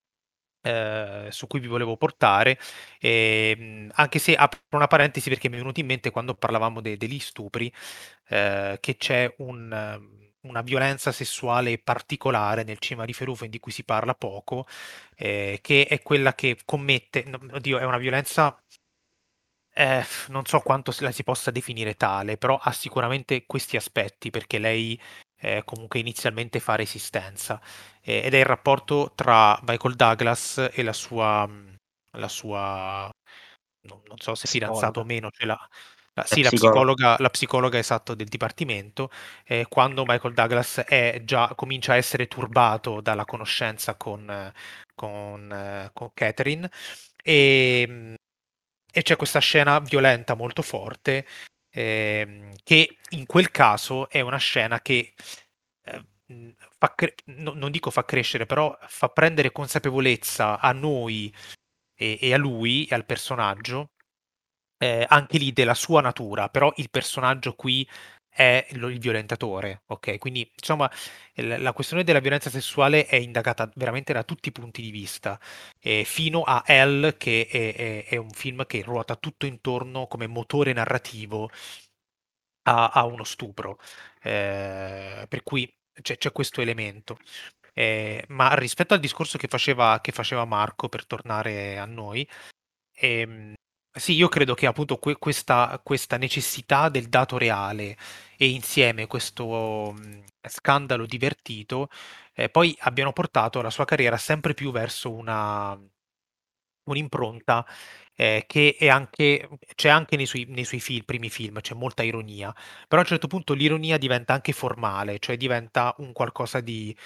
eh, su cui vi volevo portare, ehm, anche se apro una parentesi perché mi è venuto in mente quando parlavamo de- degli stupri, eh, che c'è un, ehm, una violenza sessuale particolare nel cinema di Verhoeven di cui si parla poco, eh, che è quella che commette, no, oddio, è una violenza, eh, non so quanto la si possa definire tale, però ha sicuramente questi aspetti, perché lei eh, comunque inizialmente fa resistenza, eh, ed è il rapporto tra Michael Douglas e la sua, mh, la sua non, non so se fidanzata o Psicologa. meno, cioè la, la- È sì, la psicologo. psicologa, la psicologa esatto del dipartimento, eh, quando Michael Douglas è già, comincia a essere turbato dalla conoscenza con, eh, con, eh, con Catherine, e, mh, e c'è questa scena violenta molto forte, ehm, che in quel caso è una scena che eh, mh, fa cre- no- non dico fa crescere, però fa prendere consapevolezza a noi e, e a lui e al personaggio, eh, anche lì della sua natura, però il personaggio qui è lo- il violentatore, ok? Quindi insomma il- la questione della violenza sessuale è indagata veramente da tutti i punti di vista, eh, fino a Elle, che è, è- è un film che ruota tutto intorno come motore narrativo a, a uno stupro, eh, per cui c'è, c'è questo elemento. Eh, ma rispetto al discorso che faceva, che faceva Marco, per tornare a noi, Ehm, sì, io credo che appunto que- questa, questa necessità del dato reale, e insieme questo mh, scandalo divertito, eh, poi abbiano portato la sua carriera sempre più verso una, un'impronta eh, che è anche, c'è anche nei suoi, nei suoi film, primi film, c'è molta ironia, però a un certo punto l'ironia diventa anche formale, cioè diventa un qualcosa di,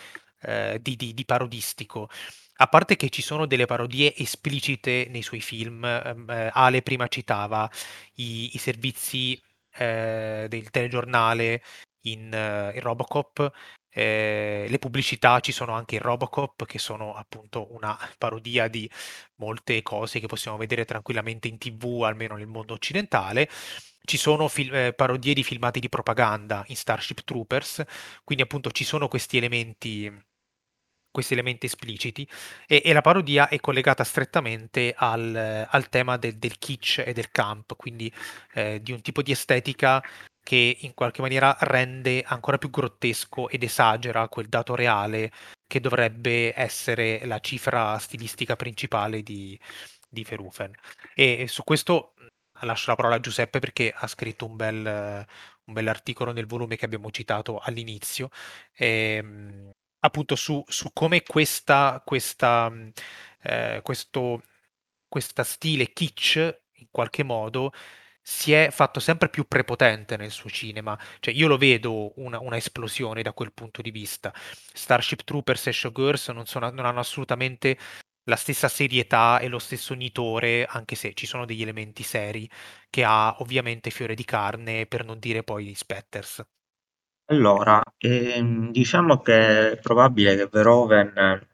eh, di, di- di parodistico. A parte che ci sono delle parodie esplicite nei suoi film, ehm, eh, Ale prima citava i, i servizi eh, del telegiornale in, eh, in Robocop, eh, le pubblicità ci sono anche in Robocop, che sono appunto una parodia di molte cose che possiamo vedere tranquillamente in T V, almeno nel mondo occidentale. Ci sono fil- eh, parodie di filmati di propaganda in Starship Troopers, quindi appunto ci sono questi elementi, questi elementi espliciti e, e la parodia è collegata strettamente al, al tema del, del kitsch e del camp, quindi eh, di un tipo di estetica che in qualche maniera rende ancora più grottesco ed esagera quel dato reale che dovrebbe essere la cifra stilistica principale di, di Verhoeven. E, e su questo mh, lascio la parola a Giuseppe perché ha scritto un bel, eh, un bell'articolo nel volume che abbiamo citato all'inizio. ehm, Appunto su, su come questa, questa, mh, eh, questo questa stile kitsch in qualche modo si è fatto sempre più prepotente nel suo cinema. Cioè io lo vedo una, una esplosione da quel punto di vista. Starship Troopers e Showgirls non, sono, non hanno assolutamente la stessa serietà e lo stesso nitore, anche se ci sono degli elementi seri, che ha ovviamente Fiore di Carne, per non dire poi di Spetters. Allora, ehm, diciamo che è probabile che Verhoeven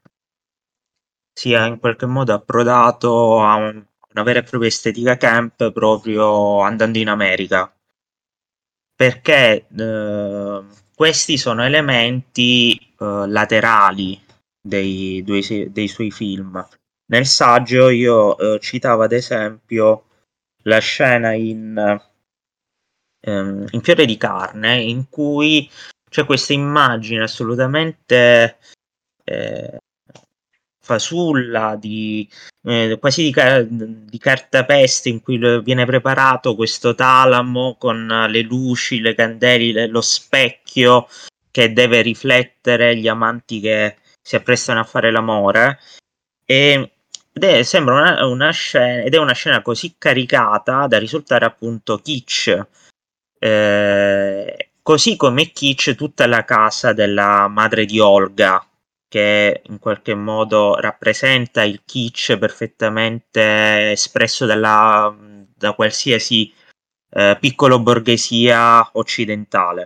sia in qualche modo approdato a un- una vera e propria estetica camp proprio andando in America, perché eh, questi sono elementi eh, laterali dei, due- dei suoi film. Nel saggio io eh, citavo ad esempio la scena in, ehm, in Fiore di Carne in cui c'è questa immagine assolutamente eh, fasulla, di, eh, quasi di, ca- di cartapeste in cui lo- viene preparato questo talamo con le luci, le candele, lo specchio che deve riflettere gli amanti che si apprestano a fare l'amore. E, ed è, sembra una, una scena, ed è una scena così caricata da risultare appunto kitsch. Eh, così come kitsch tutta la casa della madre di Olga, che in qualche modo rappresenta il kitsch perfettamente espresso dalla, da qualsiasi eh, piccolo borghesia occidentale.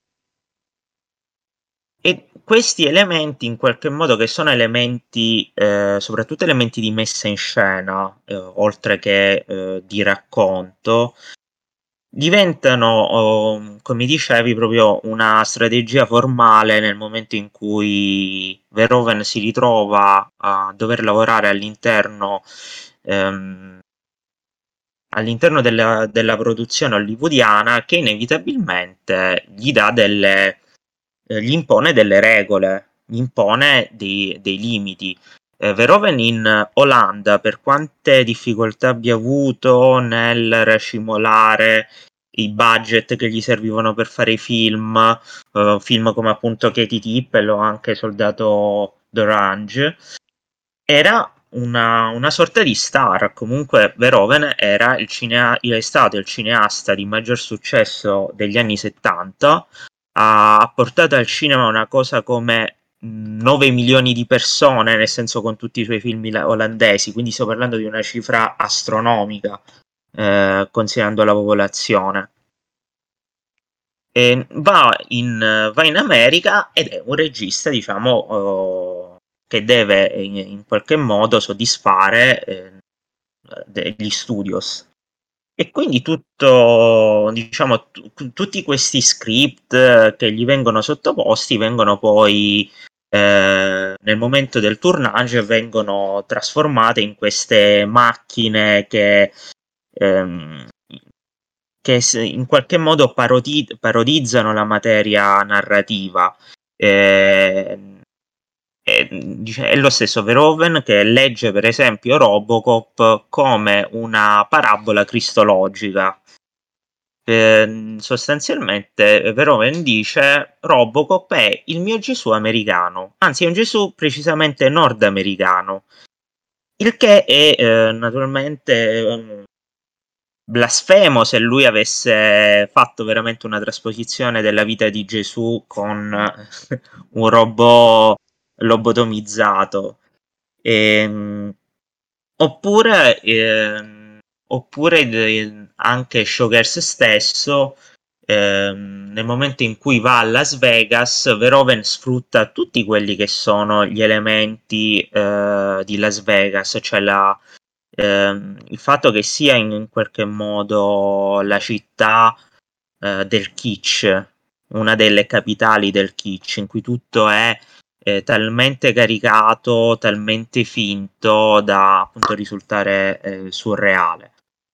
E questi elementi, in qualche modo, che sono elementi, eh, soprattutto elementi di messa in scena, eh, oltre che eh, di racconto, diventano, oh, come dicevi, proprio una strategia formale nel momento in cui Verhoeven si ritrova a dover lavorare all'interno ehm, all'interno della, della produzione hollywoodiana, che inevitabilmente gli dà delle, eh, gli impone delle regole, gli impone dei, dei limiti. Eh, Verhoeven in Olanda, per quante difficoltà abbia avuto nel racimolare i budget che gli servivano per fare i film, eh, film come appunto Katie Tippel o anche Soldato d'Orange, era una, una sorta di star. Comunque Verhoeven era il cinea- è stato il cineasta di maggior successo degli anni settanta, ha portato al cinema una cosa come nove milioni di persone, nel senso con tutti i suoi film olandesi, quindi sto parlando di una cifra astronomica, eh, considerando la popolazione. E va, in, va in America ed è un regista, diciamo, eh, che deve in, in qualche modo soddisfare eh, degli studios. E quindi tutto, diciamo, t- tutti questi script eh, che gli vengono sottoposti vengono poi, eh, nel momento del tournage, vengono trasformate in queste macchine che, ehm, che s- in qualche modo parodi- parodizzano la materia narrativa. Eh, è, dice- è lo stesso Verhoeven che legge per esempio Robocop come una parabola cristologica. Eh, sostanzialmente Verhoeven dice Robocop è il mio Gesù americano, anzi è un Gesù precisamente nordamericano, il che è eh, naturalmente eh, blasfemo se lui avesse fatto veramente una trasposizione della vita di Gesù con un robot lobotomizzato. Ehm, oppure ehm, oppure de- anche Showgirls stesso, ehm, nel momento in cui va a Las Vegas, Verhoeven sfrutta tutti quelli che sono gli elementi eh, di Las Vegas, cioè la, ehm, il fatto che sia in, in qualche modo la città eh, del kitsch, una delle capitali del kitsch, in cui tutto è eh, talmente caricato, talmente finto da appunto risultare eh, surreale.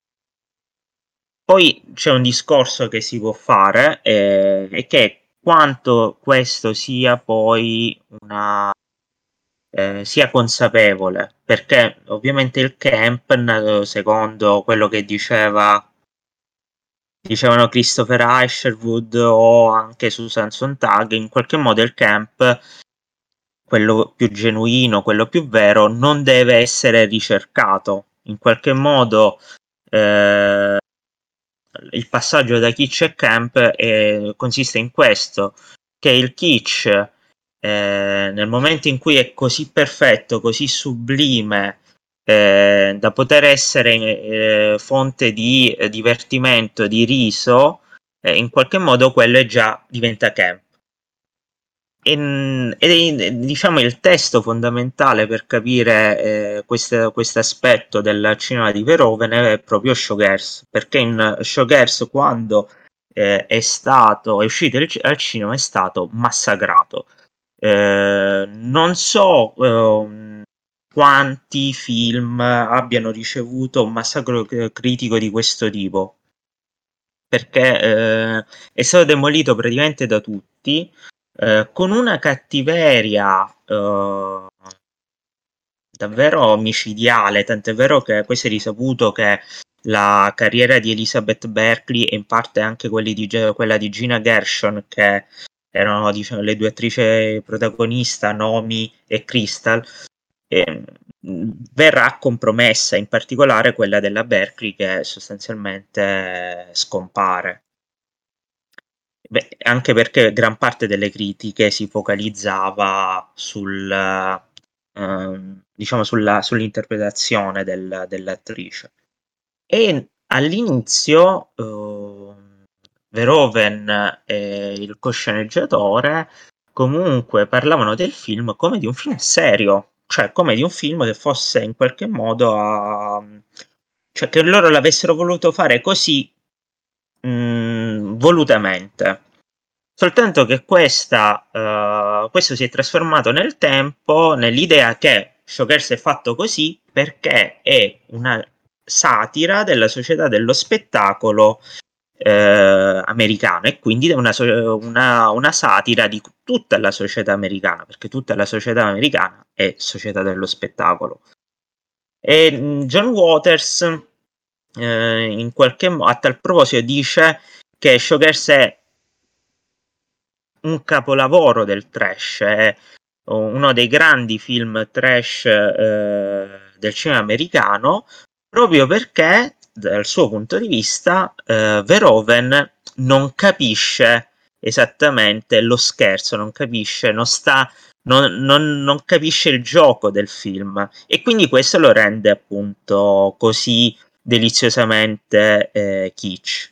Poi c'è un discorso che si può fare, eh, e che quanto questo sia poi una eh, sia consapevole, perché ovviamente il camp, n- secondo quello che diceva dicevano Christopher Isherwood o anche Susan Sontag, in qualche modo il camp, quello più genuino, quello più vero, non deve essere ricercato. In qualche modo eh, il passaggio da kitsch a camp eh, consiste in questo, che il kitsch eh, nel momento in cui è così perfetto, così sublime, eh, da poter essere eh, fonte di eh, divertimento, di riso, eh, in qualche modo quello è già diventa camp. Ed è, diciamo, il testo fondamentale per capire eh, questo aspetto del cinema di Verhoeven è proprio Showgirls, perché in Showgirls, quando eh, è stato è uscito al cinema, è stato massacrato. Eh, non so eh, quanti film abbiano ricevuto un massacro critico di questo tipo, perché eh, è stato demolito praticamente da tutti, eh, con una cattiveria eh, davvero micidiale, tant'è vero che questo è risaputo che la carriera di Elizabeth Berkley e in parte anche quelli di, quella di Gina Gershon, che erano, diciamo, le due attrici protagoniste, Nomi e Crystal, eh, verrà compromessa, in particolare quella della Berkley, che sostanzialmente scompare. Beh, anche perché gran parte delle critiche si focalizzava sul, ehm, diciamo sulla, sull'interpretazione del- dell'attrice. E all'inizio eh, Verhoeven e il cosceneggiatore comunque parlavano del film come di un film serio, cioè come di un film che fosse in qualche modo a... cioè che loro l'avessero voluto fare così mh, volutamente. Soltanto che questa, uh, questo si è trasformato nel tempo nell'idea che Showgirls è fatto così perché è una satira della società dello spettacolo eh, americano, e quindi una, una, una satira di tutta la società americana, perché tutta la società americana è società dello spettacolo. E John Waters eh, in qualche modo, a tal proposito, dice che Showgirls è un capolavoro del trash, è uno dei grandi film trash eh, del cinema americano, proprio perché dal suo punto di vista eh, Verhoeven non capisce esattamente lo scherzo, non capisce, non sta non, non, non capisce il gioco del film, e quindi questo lo rende appunto così deliziosamente eh, kitsch.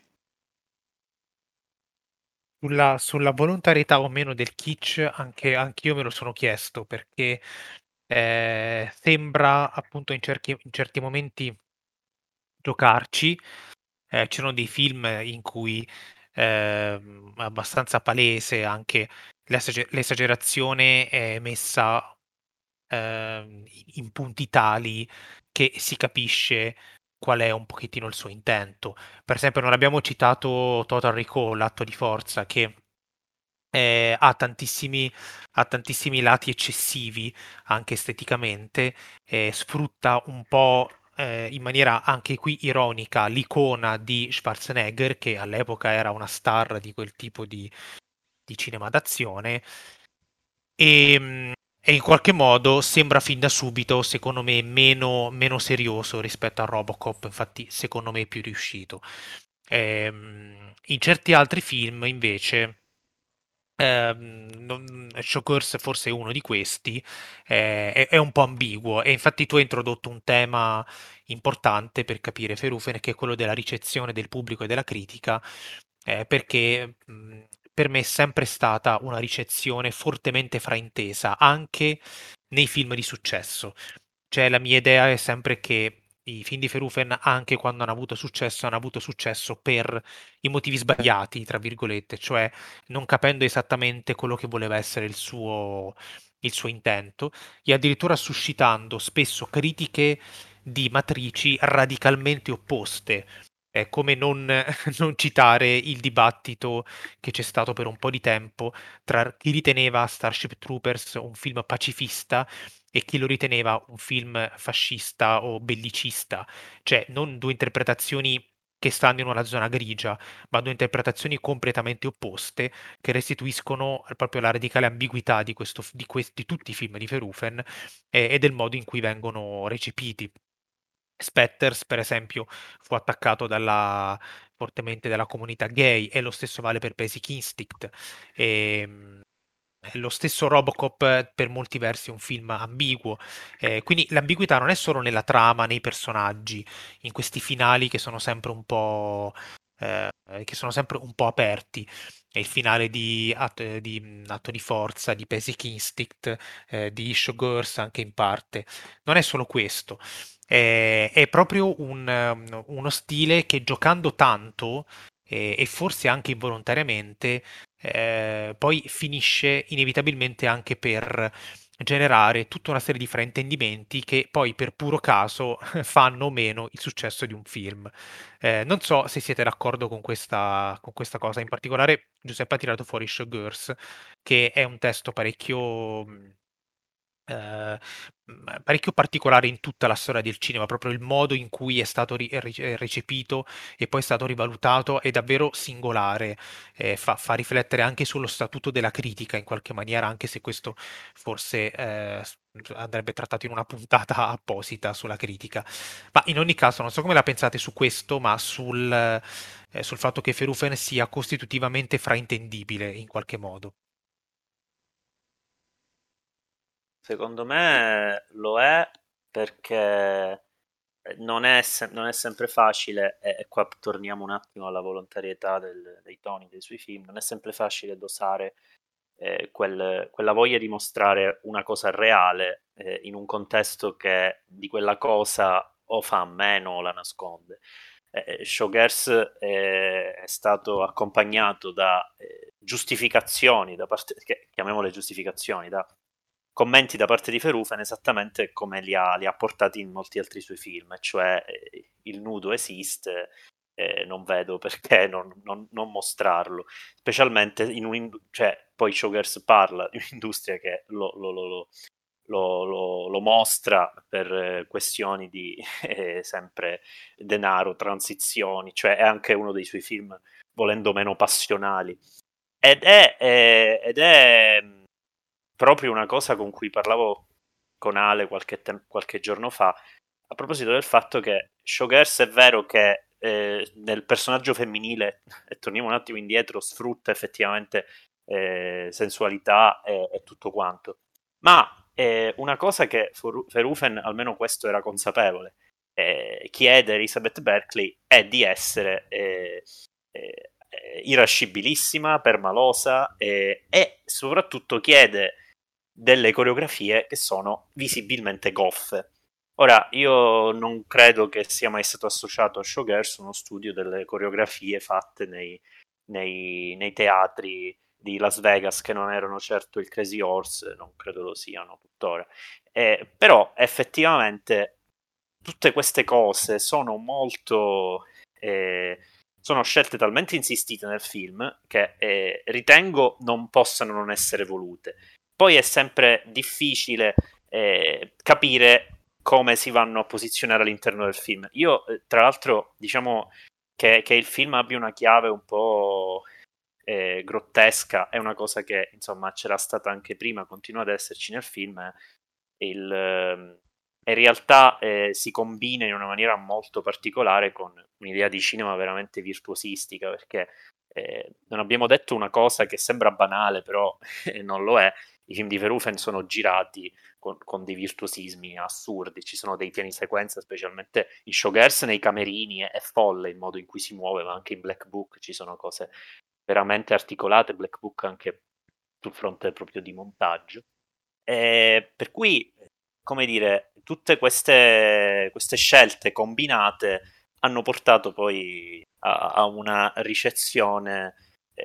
Sulla, sulla volontarietà o meno del kitsch, anche anch'io me lo sono chiesto, perché eh, sembra appunto in certi, in certi momenti giocarci. Eh, c'erano dei film in cui ehm, è abbastanza palese anche l'esage- l'esagerazione è messa ehm, in punti tali che si capisce qual è un pochettino il suo intento. Per esempio, non abbiamo citato Total Recall, l'atto di forza, che eh, ha tantissimi, ha tantissimi lati eccessivi anche esteticamente, eh, sfrutta un po' eh, in maniera anche qui ironica l'icona di Schwarzenegger, che all'epoca era una star di quel tipo di, di cinema d'azione, e, mh, e in qualche modo sembra fin da subito, secondo me, meno, meno serioso rispetto a Robocop, infatti secondo me è più riuscito. Ehm, in certi altri film invece Ehm, non- Showgirls forse è uno di questi, eh, è, è un po' ambiguo e infatti tu hai introdotto un tema importante per capire Verhoeven, che è quello della ricezione del pubblico e della critica, eh, perché mh, per me è sempre stata una ricezione fortemente fraintesa, anche nei film di successo. Cioè, la mia idea è sempre che i film di Verhoeven, anche quando hanno avuto successo, hanno avuto successo per i motivi sbagliati, tra virgolette, cioè non capendo esattamente quello che voleva essere il suo, il suo intento e addirittura suscitando spesso critiche di matrici radicalmente opposte. È come non, non citare il dibattito che c'è stato per un po' di tempo tra chi riteneva Starship Troopers un film pacifista e chi lo riteneva un film fascista o bellicista, cioè non due interpretazioni che stanno in una zona grigia, ma due interpretazioni completamente opposte che restituiscono proprio la radicale ambiguità di, questo, di, questi, di tutti i film di Verhoeven e, e del modo in cui vengono recepiti. Spetters, per esempio, fu attaccato dalla, fortemente dalla comunità gay e lo stesso vale per Basic Instinct. E, lo stesso Robocop eh, per molti versi è un film ambiguo, eh, quindi l'ambiguità non è solo nella trama, nei personaggi, in questi finali che sono sempre un po', eh, che sono sempre un po' aperti. E il finale di Atto di, mm, Atto di Forza, di Basic Instinct, eh, di Showgirls anche in parte. Non è solo questo, è, è proprio un, um, uno stile che giocando tanto e, e forse anche involontariamente eh, poi finisce inevitabilmente anche per generare tutta una serie di fraintendimenti che poi per puro caso fanno o meno il successo di un film. Eh, non so se siete d'accordo con questa, con questa cosa, in particolare Giuseppe ha tirato fuori Showgirls, che è un testo parecchio mh, eh, mh, parecchio particolare in tutta la storia del cinema, proprio il modo in cui è stato ri- ri- recepito e poi è stato rivalutato è davvero singolare, eh, fa, fa riflettere anche sullo statuto della critica in qualche maniera, anche se questo forse eh, s- andrebbe trattato in una puntata apposita sulla critica. Ma in ogni caso, non so come la pensate su questo, ma sul, eh, sul fatto che Verhoeven sia costitutivamente fraintendibile in qualche modo. Secondo me lo è perché non è, se- non è sempre facile, e, e qua torniamo un attimo alla volontarietà del- dei toni dei suoi film, non è sempre facile dosare eh, quel- quella voglia di mostrare una cosa reale eh, in un contesto che di quella cosa o fa a meno o la nasconde. Eh, Showgirls eh, è stato accompagnato da eh, giustificazioni, da parte, che, chiamiamole giustificazioni, da commenti da parte di Verhoeven esattamente come li ha, li ha portati in molti altri suoi film, cioè eh, il nudo esiste, eh, non vedo perché non, non- non mostrarlo, specialmente in un... cioè poi Showgirls parla di un'industria che lo, lo- lo- lo- lo- lo- lo mostra per eh, questioni di eh, sempre denaro, transizioni, cioè è anche uno dei suoi film volendo meno passionali. Ed è, eh, ed è mh, proprio una cosa con cui parlavo con Ale qualche, tem- qualche giorno fa, a proposito del fatto che Showgirls è vero che eh, nel personaggio femminile, e torniamo un attimo indietro, sfrutta effettivamente eh, sensualità e, e tutto quanto, ma eh, una cosa che Fer- Verhoeven, almeno questo era consapevole, eh, chiede a Elizabeth Berkley è di essere eh, eh, eh, irascibilissima, permalosa eh, e soprattutto chiede delle coreografie che sono visibilmente goffe. Ora, io non credo che sia mai stato associato a Showgirls uno studio delle coreografie fatte nei, nei, nei teatri di Las Vegas, che non erano certo il Crazy Horse, non credo lo siano tuttora. Eh, però effettivamente tutte queste cose sono molto... Eh, sono scelte talmente insistite nel film che eh, ritengo non possano non essere volute. Poi è sempre difficile eh, capire come si vanno a posizionare all'interno del film. Io, eh, tra l'altro, diciamo che, che il film abbia una chiave un po' eh, grottesca è una cosa che, insomma, c'era stata anche prima, continua ad esserci nel film. eh, Il, ehm, in realtà eh, si combina in una maniera molto particolare con un'idea di cinema veramente virtuosistica, perché Eh, non abbiamo detto una cosa che sembra banale, però non lo è. I film di Verhoeven sono girati con, con dei virtuosismi assurdi, ci sono dei piani sequenza, specialmente in Showgirls nei camerini, è, è folle il modo in cui si muove, ma anche in Black Book ci sono cose veramente articolate, Black Book anche sul fronte proprio di montaggio. Eh, per cui, come dire, tutte queste, queste scelte combinate hanno portato poi a, a una ricezione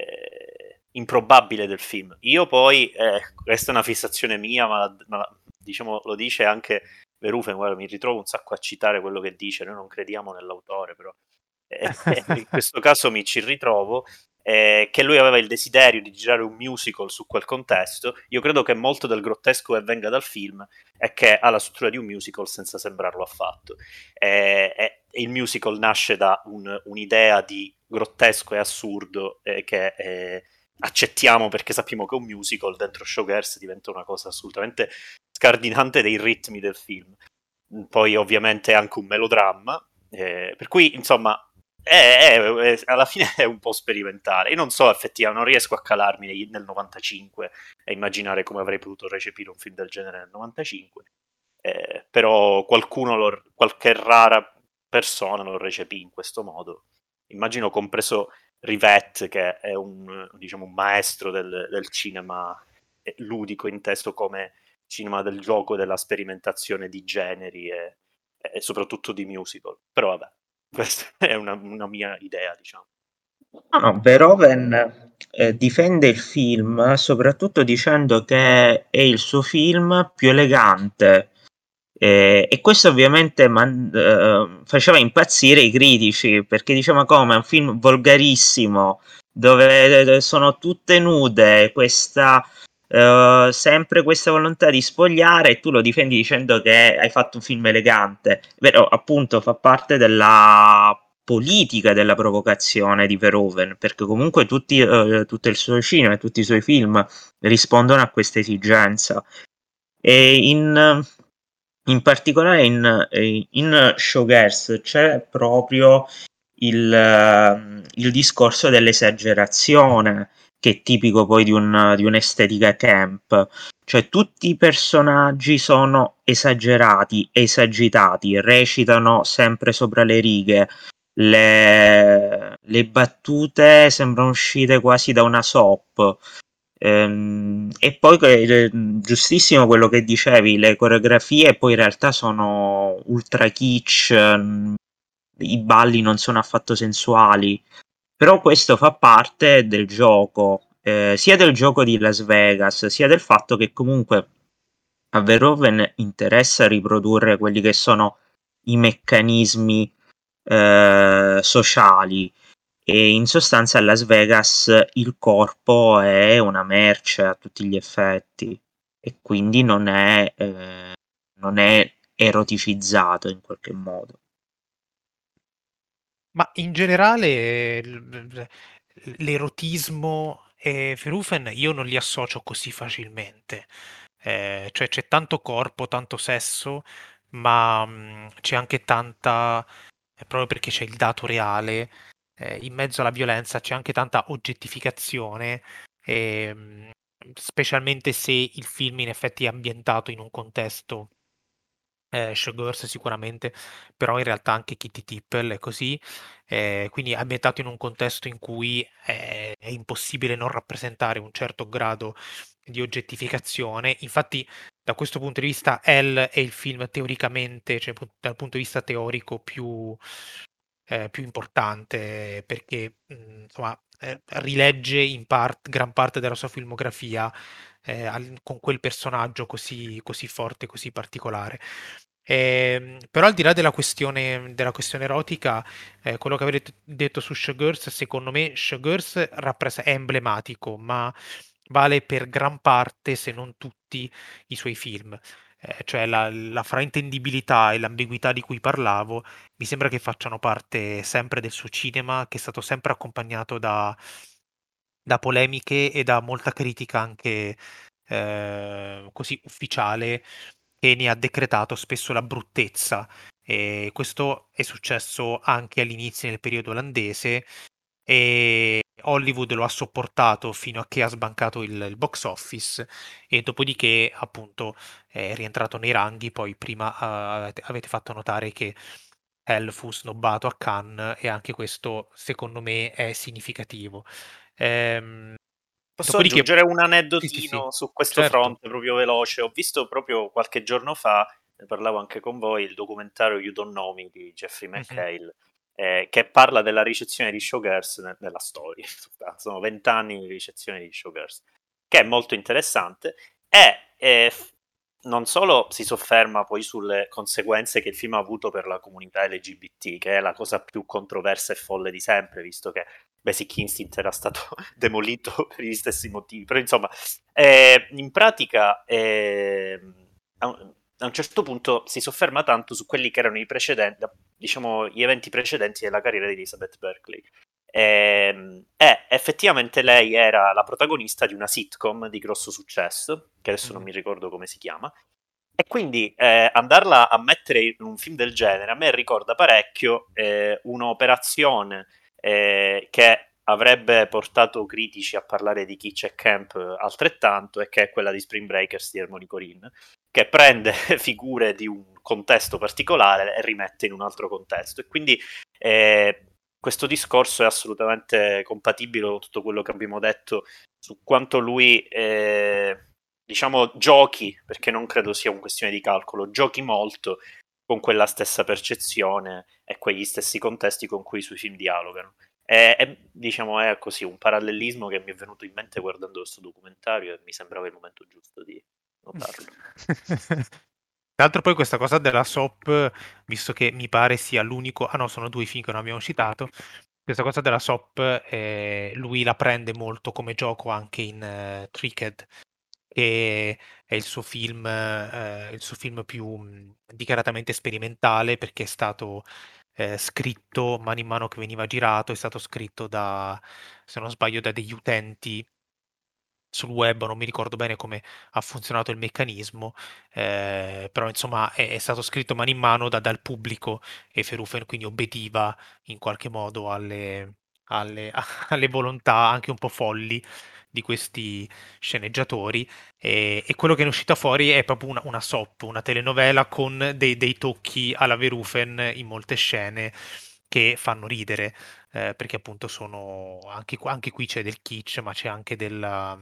eh, improbabile del film. Io poi, eh, questa è una fissazione mia, ma, ma diciamo lo dice anche Verhoeven, guarda, mi ritrovo un sacco a citare quello che dice, noi non crediamo nell'autore, però eh, in questo caso mi ci ritrovo, eh, che lui aveva il desiderio di girare un musical su quel contesto. Io credo che molto del grottesco che venga dal film è che ha la struttura di un musical senza sembrarlo affatto. Eh, eh, il musical nasce da un, un'idea di grottesco e assurdo eh, che eh, accettiamo perché sappiamo che è un musical, dentro Showgirls diventa una cosa assolutamente scardinante dei ritmi del film. Poi ovviamente è anche un melodramma, eh, per cui insomma è, è, è, alla fine è un po' sperimentale. Io non so effettivamente, non riesco a calarmi nel, nel novantacinque e immaginare come avrei potuto recepire un film del genere nel novantacinque, eh, però qualcuno, lo, qualche rara persona lo recepì in questo modo. Immagino compreso Rivette, che è un, diciamo, un maestro del, del cinema ludico, inteso come cinema del gioco, della sperimentazione di generi e, e soprattutto di musical. Però vabbè, questa è una, una mia idea, diciamo. No, no, Verhoeven eh, difende il film soprattutto dicendo che è il suo film più elegante. Eh, e questo ovviamente man- eh, faceva impazzire i critici perché diceva come è un film volgarissimo dove sono tutte nude, questa eh, sempre questa volontà di spogliare, e tu lo difendi dicendo che hai fatto un film elegante. Vero, appunto, fa parte della politica della provocazione di Verhoeven, perché comunque tutti, eh, tutto il suo cinema e tutti i suoi film rispondono a questa esigenza. E in, in particolare in, in Showgirls c'è proprio il, il discorso dell'esagerazione, che è tipico poi di, un, di un'estetica camp. Cioè tutti i personaggi sono esagerati, esagitati, recitano sempre sopra le righe, le, le battute sembrano uscite quasi da una soap. Ehm, e poi eh, giustissimo quello che dicevi, le coreografie poi in realtà sono ultra kitsch, mm, i balli non sono affatto sensuali, però questo fa parte del gioco, eh, sia del gioco di Las Vegas, sia del fatto che comunque a Verhoeven interessa riprodurre quelli che sono i meccanismi eh, sociali, e in sostanza a Las Vegas il corpo è una merce a tutti gli effetti e quindi non è, eh, non è eroticizzato in qualche modo. Ma in generale l- l'erotismo e Verhoeven io non li associo così facilmente. Eh, cioè c'è tanto corpo, tanto sesso, ma mh, c'è anche tanta, eh, proprio perché c'è il dato reale, eh, in mezzo alla violenza c'è anche tanta oggettificazione, e, mh, specialmente se il film in effetti è ambientato in un contesto eh, Showgirls sicuramente, però in realtà anche Kitty Tipple è così, eh, quindi è ambientato in un contesto in cui è, è impossibile non rappresentare un certo grado di oggettificazione. Infatti, da questo punto di vista, Elle è il film teoricamente, cioè pu- dal punto di vista teorico, più, eh, più importante perché mh, insomma, eh, rilegge in part- gran parte della sua filmografia eh, al- con quel personaggio così, così forte, così particolare. Ehm, però al di là della questione, della questione erotica, eh, quello che avete detto su Showgirls, secondo me Showgirls rappres- è emblematico, ma vale per gran parte, se non tutti, i suoi film. Eh, cioè la, la fraintendibilità e l'ambiguità di cui parlavo mi sembra che facciano parte sempre del suo cinema, che è stato sempre accompagnato da, da polemiche e da molta critica anche eh, così ufficiale, che ne ha decretato spesso la bruttezza. E questo è successo anche all'inizio nel periodo olandese, e Hollywood lo ha sopportato fino a che ha sbancato il, il box office e dopodiché appunto è rientrato nei ranghi. Poi prima eh, avete, avete fatto notare che Hell fu snobbato a Cannes e anche questo secondo me è significativo. Ehm, Posso dopodiché, aggiungere un sì, sì, sì, aneddotino su questo certo. fronte proprio veloce? Ho visto proprio qualche giorno fa, ne parlavo anche con voi, il documentario You Don't Know Me di Jeffrey Mhm. McHale, eh, che parla della ricezione di Showgirls ne- nella storia. Sono vent'anni di ricezione di Showgirls, che è molto interessante e eh, f- non solo si sofferma poi sulle conseguenze che il film ha avuto per la comunità L G B T, che è la cosa più controversa e folle di sempre, visto che Basic Instinct era stato demolito per gli stessi motivi. Però insomma, eh, in pratica eh, a, un, a un certo punto si sofferma tanto su quelli che erano i precedenti, diciamo, gli eventi precedenti della carriera di Elizabeth Berkley. E, e effettivamente lei era la protagonista di una sitcom di grosso successo, che adesso non Mhm. mi ricordo come si chiama, e quindi eh, andarla a mettere in un film del genere a me ricorda parecchio eh, un'operazione eh, che avrebbe portato critici a parlare di Kitsch e Camp altrettanto, e che è quella di Spring Breakers di Harmony Korine, che prende figure di un contesto particolare e rimette in un altro contesto. E quindi eh, questo discorso è assolutamente compatibile con tutto quello che abbiamo detto su quanto lui, eh, diciamo, giochi, perché non credo sia una questione di calcolo, giochi molto con quella stessa percezione e quegli stessi contesti con cui i suoi film dialogano. E, e, diciamo, è così un parallelismo che mi è venuto in mente guardando questo documentario e mi sembrava il momento giusto di notarlo. Tra l'altro poi questa cosa della soap, visto che mi pare sia l'unico, ah no, sono due i film che non abbiamo citato, questa cosa della soap eh, lui la prende molto come gioco anche in eh, Tricked, che è il suo film, eh, il suo film più mh, dichiaratamente sperimentale, perché è stato eh, scritto mano in mano che veniva girato, è stato scritto da, se non sbaglio, da degli utenti sul web, non mi ricordo bene come ha funzionato il meccanismo, eh, però insomma è, è stato scritto mano in mano da- dal pubblico e Verhoeven quindi obbediva in qualche modo alle, alle- alle volontà anche un po' folli di questi sceneggiatori e, e quello che è uscito fuori è proprio una, una soap, una telenovela con dei, dei tocchi alla Verhoeven in molte scene che fanno ridere, eh, perché appunto sono anche, qua- anche qui c'è del kitsch, ma c'è anche della,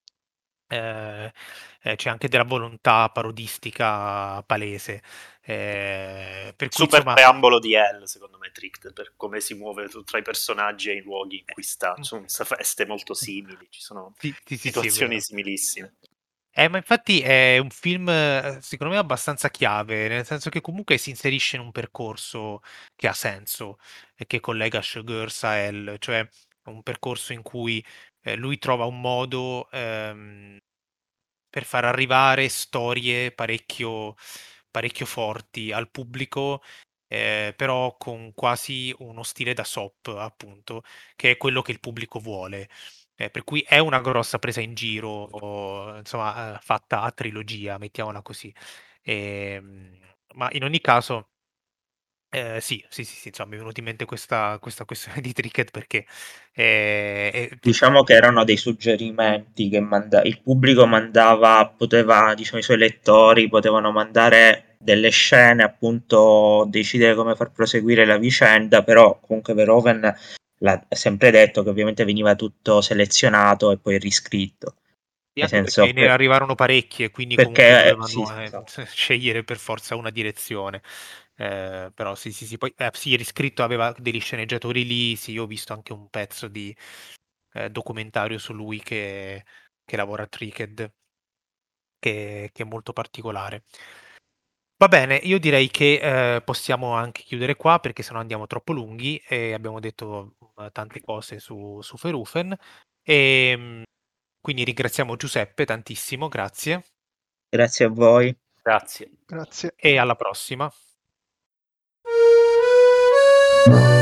eh, eh, c'è anche della volontà parodistica palese. Eh, per cui Super insomma, preambolo di Hell, secondo me, Tricked, per come si muove tu- tra i personaggi e i luoghi in cui sta. eh, Sono queste feste molto simili, ci sono sì, sì, sì, sì, è situazioni vero. similissime. Eh, ma infatti è un film, eh, secondo me, abbastanza chiave, nel senso che comunque si inserisce in un percorso che ha senso e che collega Showgirls a Elle, cioè un percorso in cui eh, lui trova un modo ehm, per far arrivare storie parecchio, parecchio forti al pubblico, eh, però con quasi uno stile da soap, appunto, che è quello che il pubblico vuole. Eh, per cui è una grossa presa in giro, o, insomma, eh, fatta a trilogia, mettiamola così. Ehm, ma in ogni caso, eh, sì, sì, sì, sì, insomma, mi è venuta in mente questa, questa questione di Tricket perché eh, è- Diciamo che erano dei suggerimenti che manda- il pubblico mandava, poteva, diciamo, i suoi lettori potevano mandare delle scene, appunto, decidere come far proseguire la vicenda, però comunque Verhoeven l'ha sempre detto che ovviamente veniva tutto selezionato e poi riscritto. sì, Nel anche perché senso, ne per- arrivarono parecchie, quindi comunque perché sì, dovevano eh, esatto. scegliere per forza una direzione. Eh, però sì, sì, sì, poi eh, sì, riscritto aveva degli sceneggiatori lì, sì, io ho visto anche un pezzo di eh, documentario su lui che, che lavora a Tricked, che, che è molto particolare. Va bene, io direi che eh, possiamo anche chiudere qua perché sennò andiamo troppo lunghi e abbiamo detto eh, tante cose su, su Verhoeven. E, mh, quindi ringraziamo Giuseppe tantissimo, grazie Grazie a voi. Grazie. Grazie. e alla prossima.